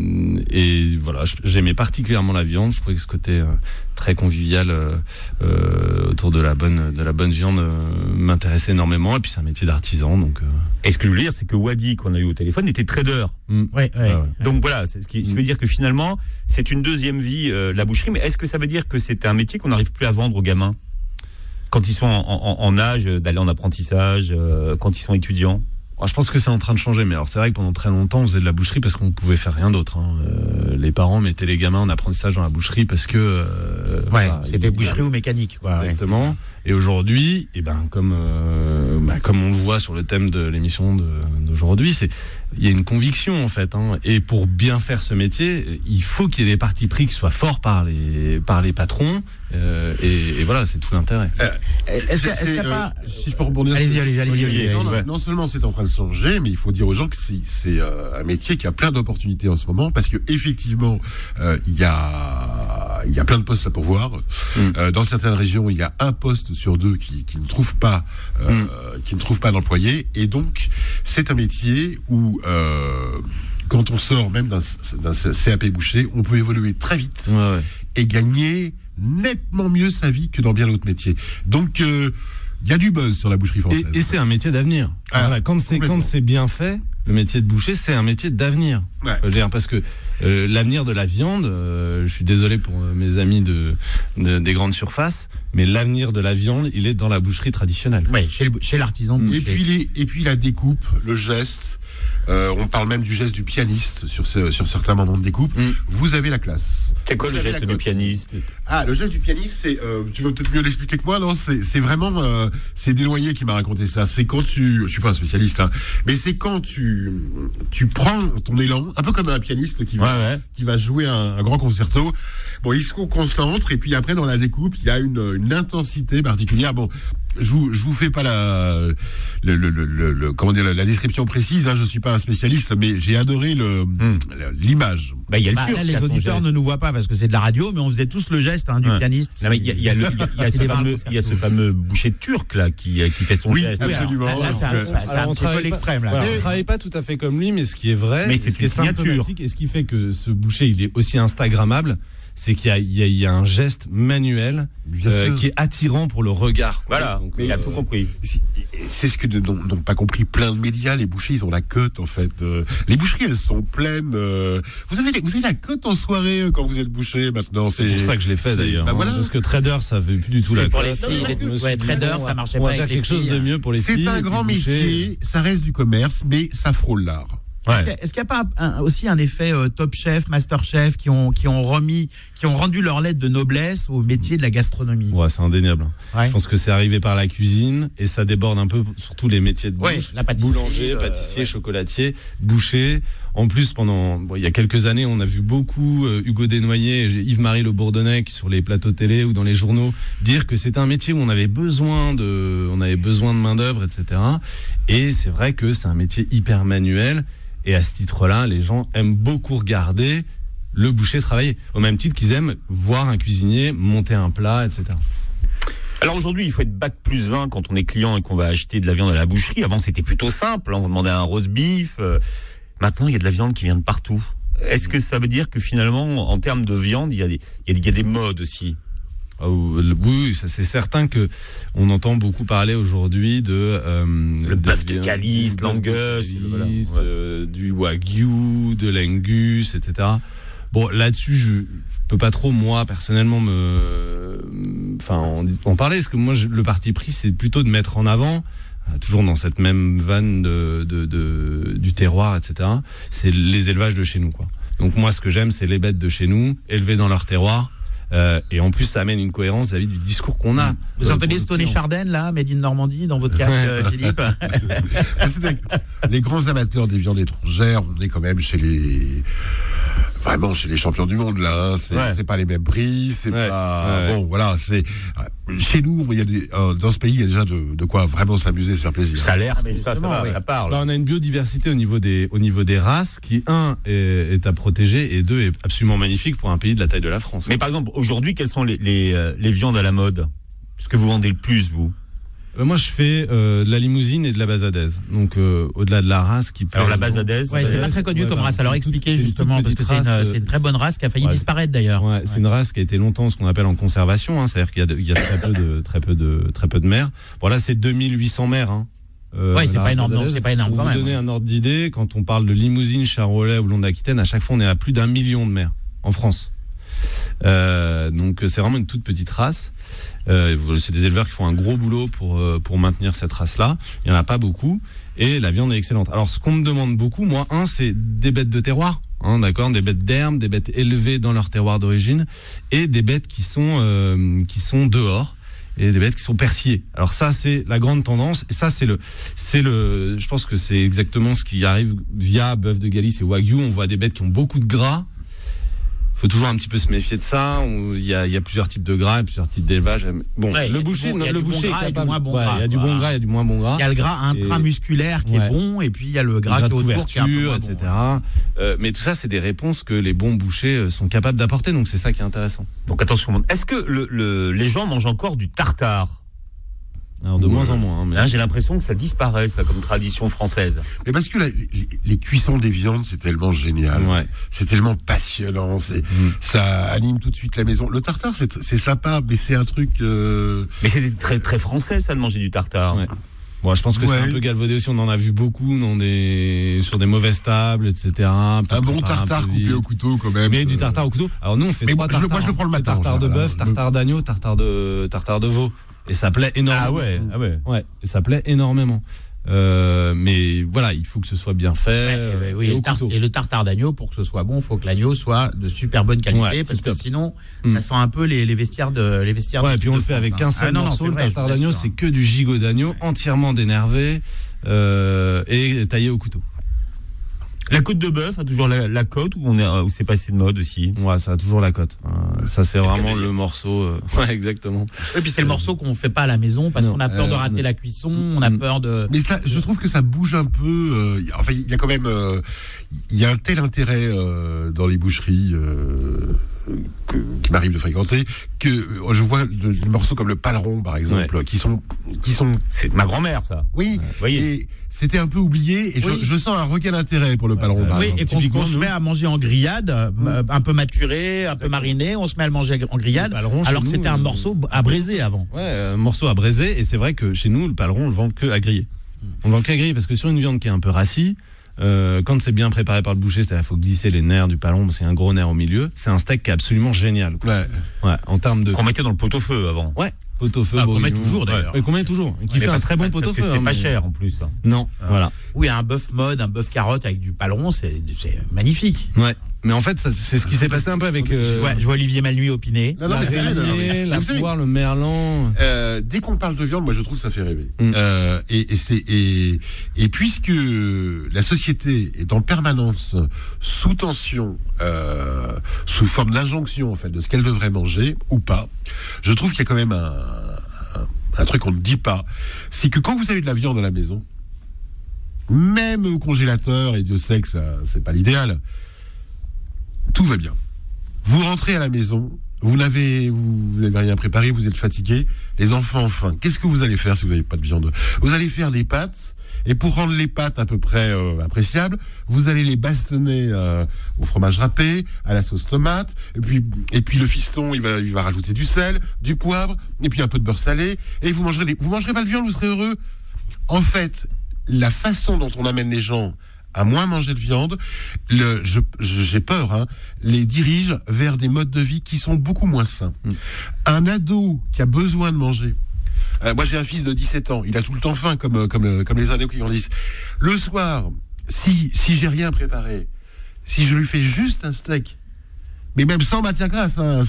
et voilà, j'aimais particulièrement la viande. Je trouvais que ce côté euh, très convivial euh, euh, autour de la bonne de la bonne viande euh, m'intéressait énormément. Et puis c'est un métier d'artisan, donc. Euh... Et ce que je veux dire, c'est que Wadi, qu'on a eu au téléphone, était trader. Mmh. Ouais, ouais. Ah ouais. Donc voilà, c'est ce qui ça veut dire que finalement, c'est une deuxième vie, euh, la boucherie. Mais est-ce que ça veut dire que c'est un métier qu'on n'arrive plus à vendre aux gamins quand ils sont en, en, en âge d'aller en apprentissage, euh, quand ils sont étudiants? Je pense que c'est en train de changer, mais alors c'est vrai que pendant très longtemps on faisait de la boucherie parce qu'on pouvait faire rien d'autre. Hein. Euh, les parents mettaient les gamins en apprentissage dans la boucherie parce que euh, ouais, voilà, c'était boucherie ou mécanique, quoi. Exactement. Ouais. Et aujourd'hui, et ben comme euh, bah, comme on le voit sur le thème de l'émission de, d'aujourd'hui, c'est il y a une conviction en fait. Hein. Et pour bien faire ce métier, il faut qu'il y ait des partis pris qui soient forts par les par les patrons. Euh, et, et voilà, c'est tout l'intérêt. Euh, est-ce, est-ce qu'il y a euh, pas... Si je peux rebondir... Allez-y, allez-y, allez-y. allez-y, allez-y. Non, non, non seulement c'est en train de changer, mais il faut dire aux gens que c'est, c'est euh, un métier qui a plein d'opportunités en ce moment, parce que effectivement, euh, il y a il y a plein de postes à pourvoir. Mm. Euh, dans certaines régions, il y a un poste sur deux qui, qui ne trouve pas euh, mm. qui ne trouve pas d'employé, et donc c'est un métier où euh, quand on sort même d'un, d'un C A P boucher, on peut évoluer très vite ouais, ouais. et gagner nettement mieux sa vie que dans bien d'autres métiers. Donc, il euh, y a du buzz sur la boucherie française. Et, et c'est un métier d'avenir. Ah, voilà, quand, c'est, quand c'est bien fait, le métier de boucher, c'est un métier d'avenir. Ouais. Je veux dire, parce que euh, l'avenir de la viande, euh, je suis désolé pour euh, mes amis de, de, des grandes surfaces, mais l'avenir de la viande, il est dans la boucherie traditionnelle. Oui, chez, le, chez l'artisan de boucher. Et puis, les, et puis la découpe, le geste... Euh, on parle même du geste du pianiste sur, ce, sur certains moments de découpe. Mm. Vous avez la classe. C'est quoi vous le geste du pianiste? Ah, le geste du pianiste, c'est, euh, tu vas peut-être mieux l'expliquer que moi, non? C'est, c'est vraiment, euh, c'est Desnoyers qui m'a raconté ça. C'est quand tu, je suis pas un spécialiste là, mais c'est quand tu, tu prends ton élan, un peu comme un pianiste qui va, ouais, ouais. qui va jouer un, un grand concerto. Bon, il se concentre et puis après dans la découpe, il y a une, une intensité particulière. Bon. Je vous, je vous fais pas la, le, le, le, le comment dire, la, la description précise. Hein, je suis pas un spécialiste, mais j'ai adoré le, mmh. l'image. Bah, il y a le bah, là, les auditeurs ne nous voient pas parce que c'est de la radio, mais on faisait tous le geste hein, du ouais. pianiste. Non, mais il y a, il y a, le, il y a, il y a ce fameux, il y a ce fameux boucher turc là qui, qui fait son oui, geste. Oui, absolument. Là, là, c'est un, c'est un petit peu l'extrême là. Voilà, on travaille pas tout à fait comme lui, mais ce qui est vrai, mais c'est ce qui est symptomatique et ce qui fait que ce boucher il est aussi instagrammable, c'est qu'il y a, il y a, il y a un geste manuel euh, qui est attirant pour le regard. Quoi. Voilà, donc, il a tout compris. C'est ce que n'ont pas compris plein de médias. Les bouchers, ils ont la cote en fait. Euh, les boucheries, elles sont pleines. Euh, vous avez, vous avez la cote en soirée quand vous êtes boucher maintenant. C'est, c'est pour ça que je l'ai fait d'ailleurs. Bah hein, voilà. parce que Trader, ça avait plus du tout c'est la pour cote. les filles. Les, ouais, Trader, ça marchait on pas va avec faire quelque les chose filles. de mieux pour les c'est filles. C'est un grand métier. Ça reste du commerce, mais ça frôle l'art. Ouais. Est-ce, qu'il y a, est-ce qu'il n'y a pas un, aussi un effet euh, Top Chef, Master Chef qui ont, qui ont remis, qui ont rendu leur lettre de noblesse au métier de la gastronomie? Ouais, c'est indéniable. Ouais. Je pense que c'est arrivé par la cuisine et ça déborde un peu sur tous les métiers de bouche. Ouais, la pâtisserie, boulanger, euh, pâtissier, ouais. chocolatier, boucher. En plus, pendant bon, il y a quelques années, on a vu beaucoup euh, Hugo Desnoyers, Yves-Marie Le Bourdonnais sur les plateaux télé ou dans les journaux dire que c'était un métier où on avait besoin de, on avait besoin de main d'œuvre, et cetera. Et c'est vrai que c'est un métier hyper manuel. Et à ce titre-là, les gens aiment beaucoup regarder le boucher travailler. Au même titre qu'ils aiment voir un cuisinier monter un plat, et cetera. Alors aujourd'hui, il faut être bac plus vingt quand on est client et qu'on va acheter de la viande à la boucherie. Avant, c'était plutôt simple. On vous demandait un roast beef. Euh, maintenant, il y a de la viande qui vient de partout. Est-ce que ça veut dire que finalement, en termes de viande, il y a des, il y a des, il y a des modes aussi? Oui, ça, c'est certain que on entend beaucoup parler aujourd'hui de euh, le bœuf de Calice, l'Angus, voilà, ouais. euh, du Wagyu, de l'Angus, et cetera. Bon, là-dessus, je, je peux pas trop moi personnellement me, enfin, en, en parler, parce que moi, je, le parti pris, c'est plutôt de mettre en avant. Toujours dans cette même vanne de, de, de, du terroir, et cetera. C'est les élevages de chez nous, quoi. Donc moi, ce que j'aime, c'est les bêtes de chez nous, élevées dans leur terroir. Euh, et en plus, ça amène une cohérence vis-à-vis du discours qu'on a. Vous euh, entendez Stone et Chardenne, là, Made in Normandie, dans votre casque, euh, Philippe? Les grands amateurs des viandes étrangères, on est quand même chez les... Vraiment chez les champions du monde là, hein. c'est, ouais. c'est pas les mêmes prix, c'est ouais. pas ouais, ouais. bon voilà, c'est chez nous il y a des, euh, dans ce pays il y a déjà de, de quoi vraiment s'amuser, se faire plaisir. Ça a l'air, Ah, mais tout ça, ça, va, oui. ça parle. Bah, on a une biodiversité au niveau des au niveau des races qui un est, est à protéger et deux est absolument magnifique pour un pays de la taille de la France. Mais par exemple, aujourd'hui, quelles sont les, les, euh, les viandes à la mode? Ce que vous vendez le plus, vous? Euh, moi, je fais euh, de la limousine et de la basadaise. Donc, euh, au-delà de la race qui. Alors la basadaise, Ouais, c'est pas très connu ouais, comme bah, race. Alors expliquez justement, parce que c'est une, c'est une très bonne race qui a failli Ouais, disparaître d'ailleurs. Ouais, c'est une race qui a été longtemps ce qu'on appelle en conservation, hein, c'est-à-dire qu'il y a, de, il y a très peu de très peu de très peu de mères. Voilà, c'est deux mille huit cents mères. Hein, euh, Ouais, c'est la pas race énorme, non, basadaise. c'est pas énorme Pour quand vous même. donner un ordre d'idée, quand on parle de limousine, charolais ou blond d'Aquitaine, à chaque fois on est à plus d'un million de mères en France. Euh, donc c'est vraiment une toute petite race. Euh, c'est des éleveurs qui font un gros boulot pour euh, pour maintenir cette race-là. Il y en a pas beaucoup et la viande est excellente. Alors ce qu'on me demande beaucoup, moi, un, c'est des bêtes de terroir, hein, d'accord, des bêtes d'herbe, des bêtes élevées dans leur terroir d'origine et des bêtes qui sont euh, qui sont dehors. Et des bêtes qui sont persillées. Alors ça, c'est la grande tendance. Et ça, c'est le, c'est le. Je pense que c'est exactement ce qui arrive via bœuf de Galice et Wagyu. On voit des bêtes qui ont beaucoup de gras. Faut toujours un petit peu se méfier de ça. Il y a, il y a plusieurs types de gras, et plusieurs types d'élevage. Bon, Ouais, le il y a boucher, du bon- il y a le du bon boucher gras est et du capable. moins bon Ouais, gras, il y a du quoi. bon gras, il y a du moins bon gras. Il y a le gras intramusculaire qui Ouais. est bon, et puis il y a le gras Gras qui est de autour qui est un peu couverture, moins et bon. cetera. Euh, mais tout ça, c'est des réponses que les bons bouchers euh, sont capables d'apporter. Donc c'est ça qui est intéressant. Donc attention, est-ce que le, le, les gens mangent encore du tartare? Alors de Ouais. moins en moins. Hein, mais... Hein, j'ai l'impression que ça disparaît, ça, comme tradition française. Mais parce que la- les, les cuissons des viandes, c'est tellement génial. Ouais. C'est tellement passionnant. C'est, Mm. ça anime tout de suite la maison. Le tartare, c'est, c'est sympa, mais c'est un truc. Euh... Mais c'était très très français, ça, de manger du tartare. Ouais. Bon, je pense que Ouais. c'est un peu galvaudé aussi. On en a vu beaucoup dans des, sur des mauvaises tables, et cetera. Un bon tartare coupé au couteau, quand même. Mais du Euh, tartare au couteau. Alors nous, on fait Mais trois moi, je le- tartares. moi, je le prends le hein. matin, Tartare de ça, bœuf, voilà. tartare d'agneau, tartare de, tartare de veau. Et ça plaît énormément. Ah ouais, ah ouais. Ouais, et ça plaît énormément. Euh, mais voilà, il faut que ce soit bien fait. Ouais, euh, et, oui, et et, au le tar- couteau. et le tartare d'agneau, pour que ce soit bon, il faut que l'agneau soit de super bonne qualité, Ouais, parce c'est que top. sinon, Mm. ça sent un peu les, les vestiaires de les vestiaires. Ouais, de et puis on le de fait France, avec hein. qu'un seul Ah, non, non, morceau. c'est Le vrai, tartare je vous d'agneau, assure. c'est que du gigot d'agneau entièrement dénervé euh, et taillé au couteau. La côte de bœuf a toujours la, la côte, ou on est, ou c'est passé de mode aussi? Ouais, ça a toujours la cote. Euh, ça, c'est le vraiment cavalier. le morceau. euh, Ouais, exactement. Et puis c'est le morceau qu'on fait pas à la maison parce Non. qu'on a peur de Euh, rater la cuisson, on a Mm. peur de. Mais ça, je trouve que ça bouge un peu. euh, y a- enfin, il y a quand même, euh, il y a un tel intérêt euh, dans les boucheries euh, que, qui m'arrive de fréquenter que euh, je vois le- des morceaux comme le paleron, par exemple, qui sont, qui sont. C'est ma grand-mère, ça. Oui. Vous voyez. Et c'était un peu oublié. Et je, Oui. je sens un regain d'intérêt pour le paleron. par Oui, exemple. et qu'on Typiquement, qu'on se nous- met à manger en grillade, euh, un peu maturé, un peu mariné, on se met à le manger en grillade, Le paleron, chez alors que nous, c'était un euh, morceau à braiser avant. Ouais, un morceau à braiser. Et c'est vrai que chez nous, le paleron, on le vend que à griller. On le vend que à griller parce que sur une viande qui est un peu rassie, euh, quand c'est bien préparé par le boucher, c'est-à-dire qu'il faut glisser les nerfs du paleron, c'est un gros nerf au milieu. C'est un steak qui est absolument génial. Quoi. Ouais. Ouais, en termes de Qu'on mettait dans le pot-au-feu avant. ouais, pot-au-feu. Ah, qu'on met bourguignon. toujours, d'ailleurs. Ouais, qu'on met toujours. Qui Mais fait un parce- très bon parce que pot-au-feu. C'est hein, pas mais- cher en plus. Non, voilà. Oui, un bœuf mode, un bœuf carotte avec du paleron, c'est c'est magnifique. Ouais. Mais en fait, ça, c'est ce qui s'est passé un peu avec euh, Ouais, je vois Olivier Malnuit opiner. Non, non, la mais c'est vrai, non, non, mais- Rayée, la mais vous savez, foire, le merlan. Euh, dès qu'on parle de viande, moi je trouve que ça fait rêver. Mm. Euh, et, et, c'est, et, et puisque la société est en permanence sous tension, euh, sous forme d'injonction en fait de ce qu'elle devrait manger ou pas, je trouve qu'il y a quand même un, un, un truc qu'on ne dit pas, c'est que quand vous avez de la viande à la maison, même au congélateur, et Dieu sait que ça c'est pas l'idéal, tout va bien. Vous rentrez à la maison, vous n'avez, vous, vous n'avez rien préparé, vous êtes fatigué, les enfants ont faim. Qu'est-ce que vous allez faire si vous n'avez pas de viande? Vous allez faire des pâtes, et pour rendre les pâtes à peu près euh, appréciables, vous allez les bastonner euh, au fromage râpé, à la sauce tomate, et puis, et puis le fiston, il va, il va rajouter du sel, du poivre, et puis un peu de beurre salé, et vous mangerez, les, vous mangerez pas de viande, vous serez heureux. En fait, la façon dont on amène les gens à moins manger de viande, le, je, je- j'ai peur, hein, les dirige vers des modes de vie qui sont beaucoup moins sains. Mm. Un ado qui a besoin de manger, euh, moi j'ai un fils de dix-sept ans, il a tout le temps faim comme, comme, comme les ados qui grandissent. Le soir, si, si j'ai rien préparé, si je lui fais juste un steak, mais même sans matière grasse, hein,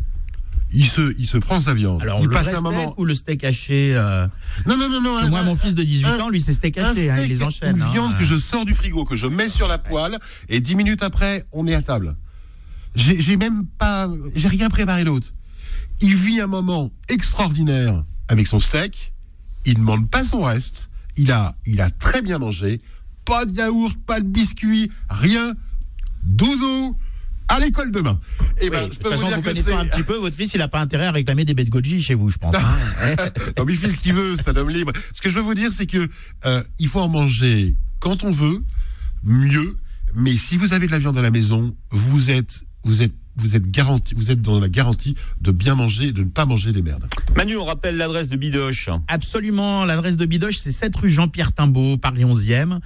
il se, il se prend sa viande. Alors, il le passe vrai un moment. steak ou le steak haché euh... Non, non, non, non. Un, moi, mon fils de dix-huit un, ans, lui, c'est steak haché, hein, il les enchaîne. Une hein. viande que je sors du frigo, que je mets sur la poêle, et dix minutes après, on est à table. J'ai, j'ai même pas, j'ai rien préparé d'autre. Il vit un moment extraordinaire avec son steak. Il ne demande pas son reste. Il a, il a très bien mangé. Pas de yaourt, pas de biscuits, rien. Dodo. À l'école demain. Et ben, oui, je peux de toute vous façon, dire vous que connaissez c'est... un petit peu, votre fils, il n'a pas intérêt à réclamer des bêtes goji chez vous, je pense. Hein. Non, mais il fait ce qu'il veut, c'est un homme libre. Ce que je veux vous dire, c'est que euh, il faut en manger quand on veut, mieux. Mais si vous avez de la viande à la maison, vous êtes, vous êtes, vous êtes garanti, vous êtes dans la garantie de bien manger, de ne pas manger des merdes. Manu, on rappelle l'adresse de Bidoche. Absolument, l'adresse de Bidoche, c'est sept rue Jean-Pierre Timbaud, Paris onzième.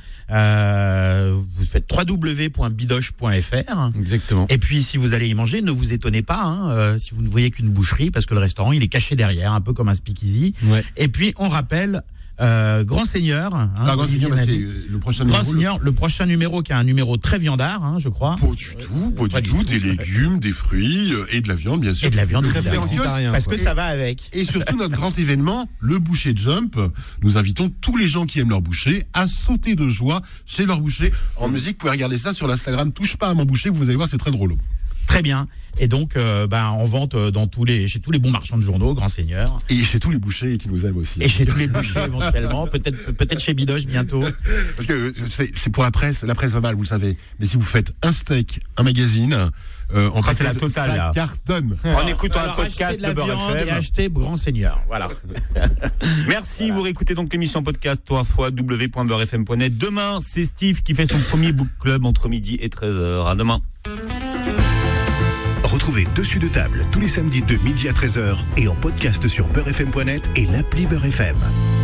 Euh, vous faites w w w point bidoche point f r. Exactement. Et puis, si vous allez y manger, ne vous étonnez pas hein, euh, si vous ne voyez qu'une boucherie, parce que le restaurant, il est caché derrière, un peu comme un speakeasy. Ouais. Et puis, on rappelle... Euh, Grand Seigneur. Hein, ah, Grand Seigneur, bah, c'est le prochain Grand numéro. Seigneur, le... le prochain numéro qui est un numéro très viandard, hein, je crois. Pas du tout, pas, pas du, du tout, tout. Des légumes, des fruits euh, et de la viande, bien sûr. Et de la viande, très bien parce que et, ça va avec. Et surtout, notre grand événement, le boucher Jump. Nous invitons tous les gens qui aiment leur boucher à sauter de joie chez leur boucher. En musique, vous pouvez regarder ça sur l'Instagram Touche pas à mon boucher, vous allez voir, c'est très drôle. Très bien. Et donc, euh, ben, en vente dans tous les, chez tous les bons marchands de journaux, Grand Seigneur. Et chez tous les bouchers qui nous aiment aussi. Et chez tous les bouchers éventuellement, peut-être, peut-être chez Bidoche bientôt. Parce que c'est, c'est pour la presse, la presse va mal, vous le savez. Mais si vous faites un steak, un magazine, euh, en ah, c'est la totale, ça là. cartonne. En écoutant alors, un podcast de la de Beurre viande F M. et acheter Grand Seigneur. Voilà. Merci, voilà. Vous réécoutez donc l'émission podcast trois fois w w w point beurre f m point net. Demain, c'est Steve qui fait son premier book club entre midi et treize heures. À demain. Retrouvez Dessus de table tous les samedis de midi à treize heures et en podcast sur beurre f m point net et l'appli Beurre F M.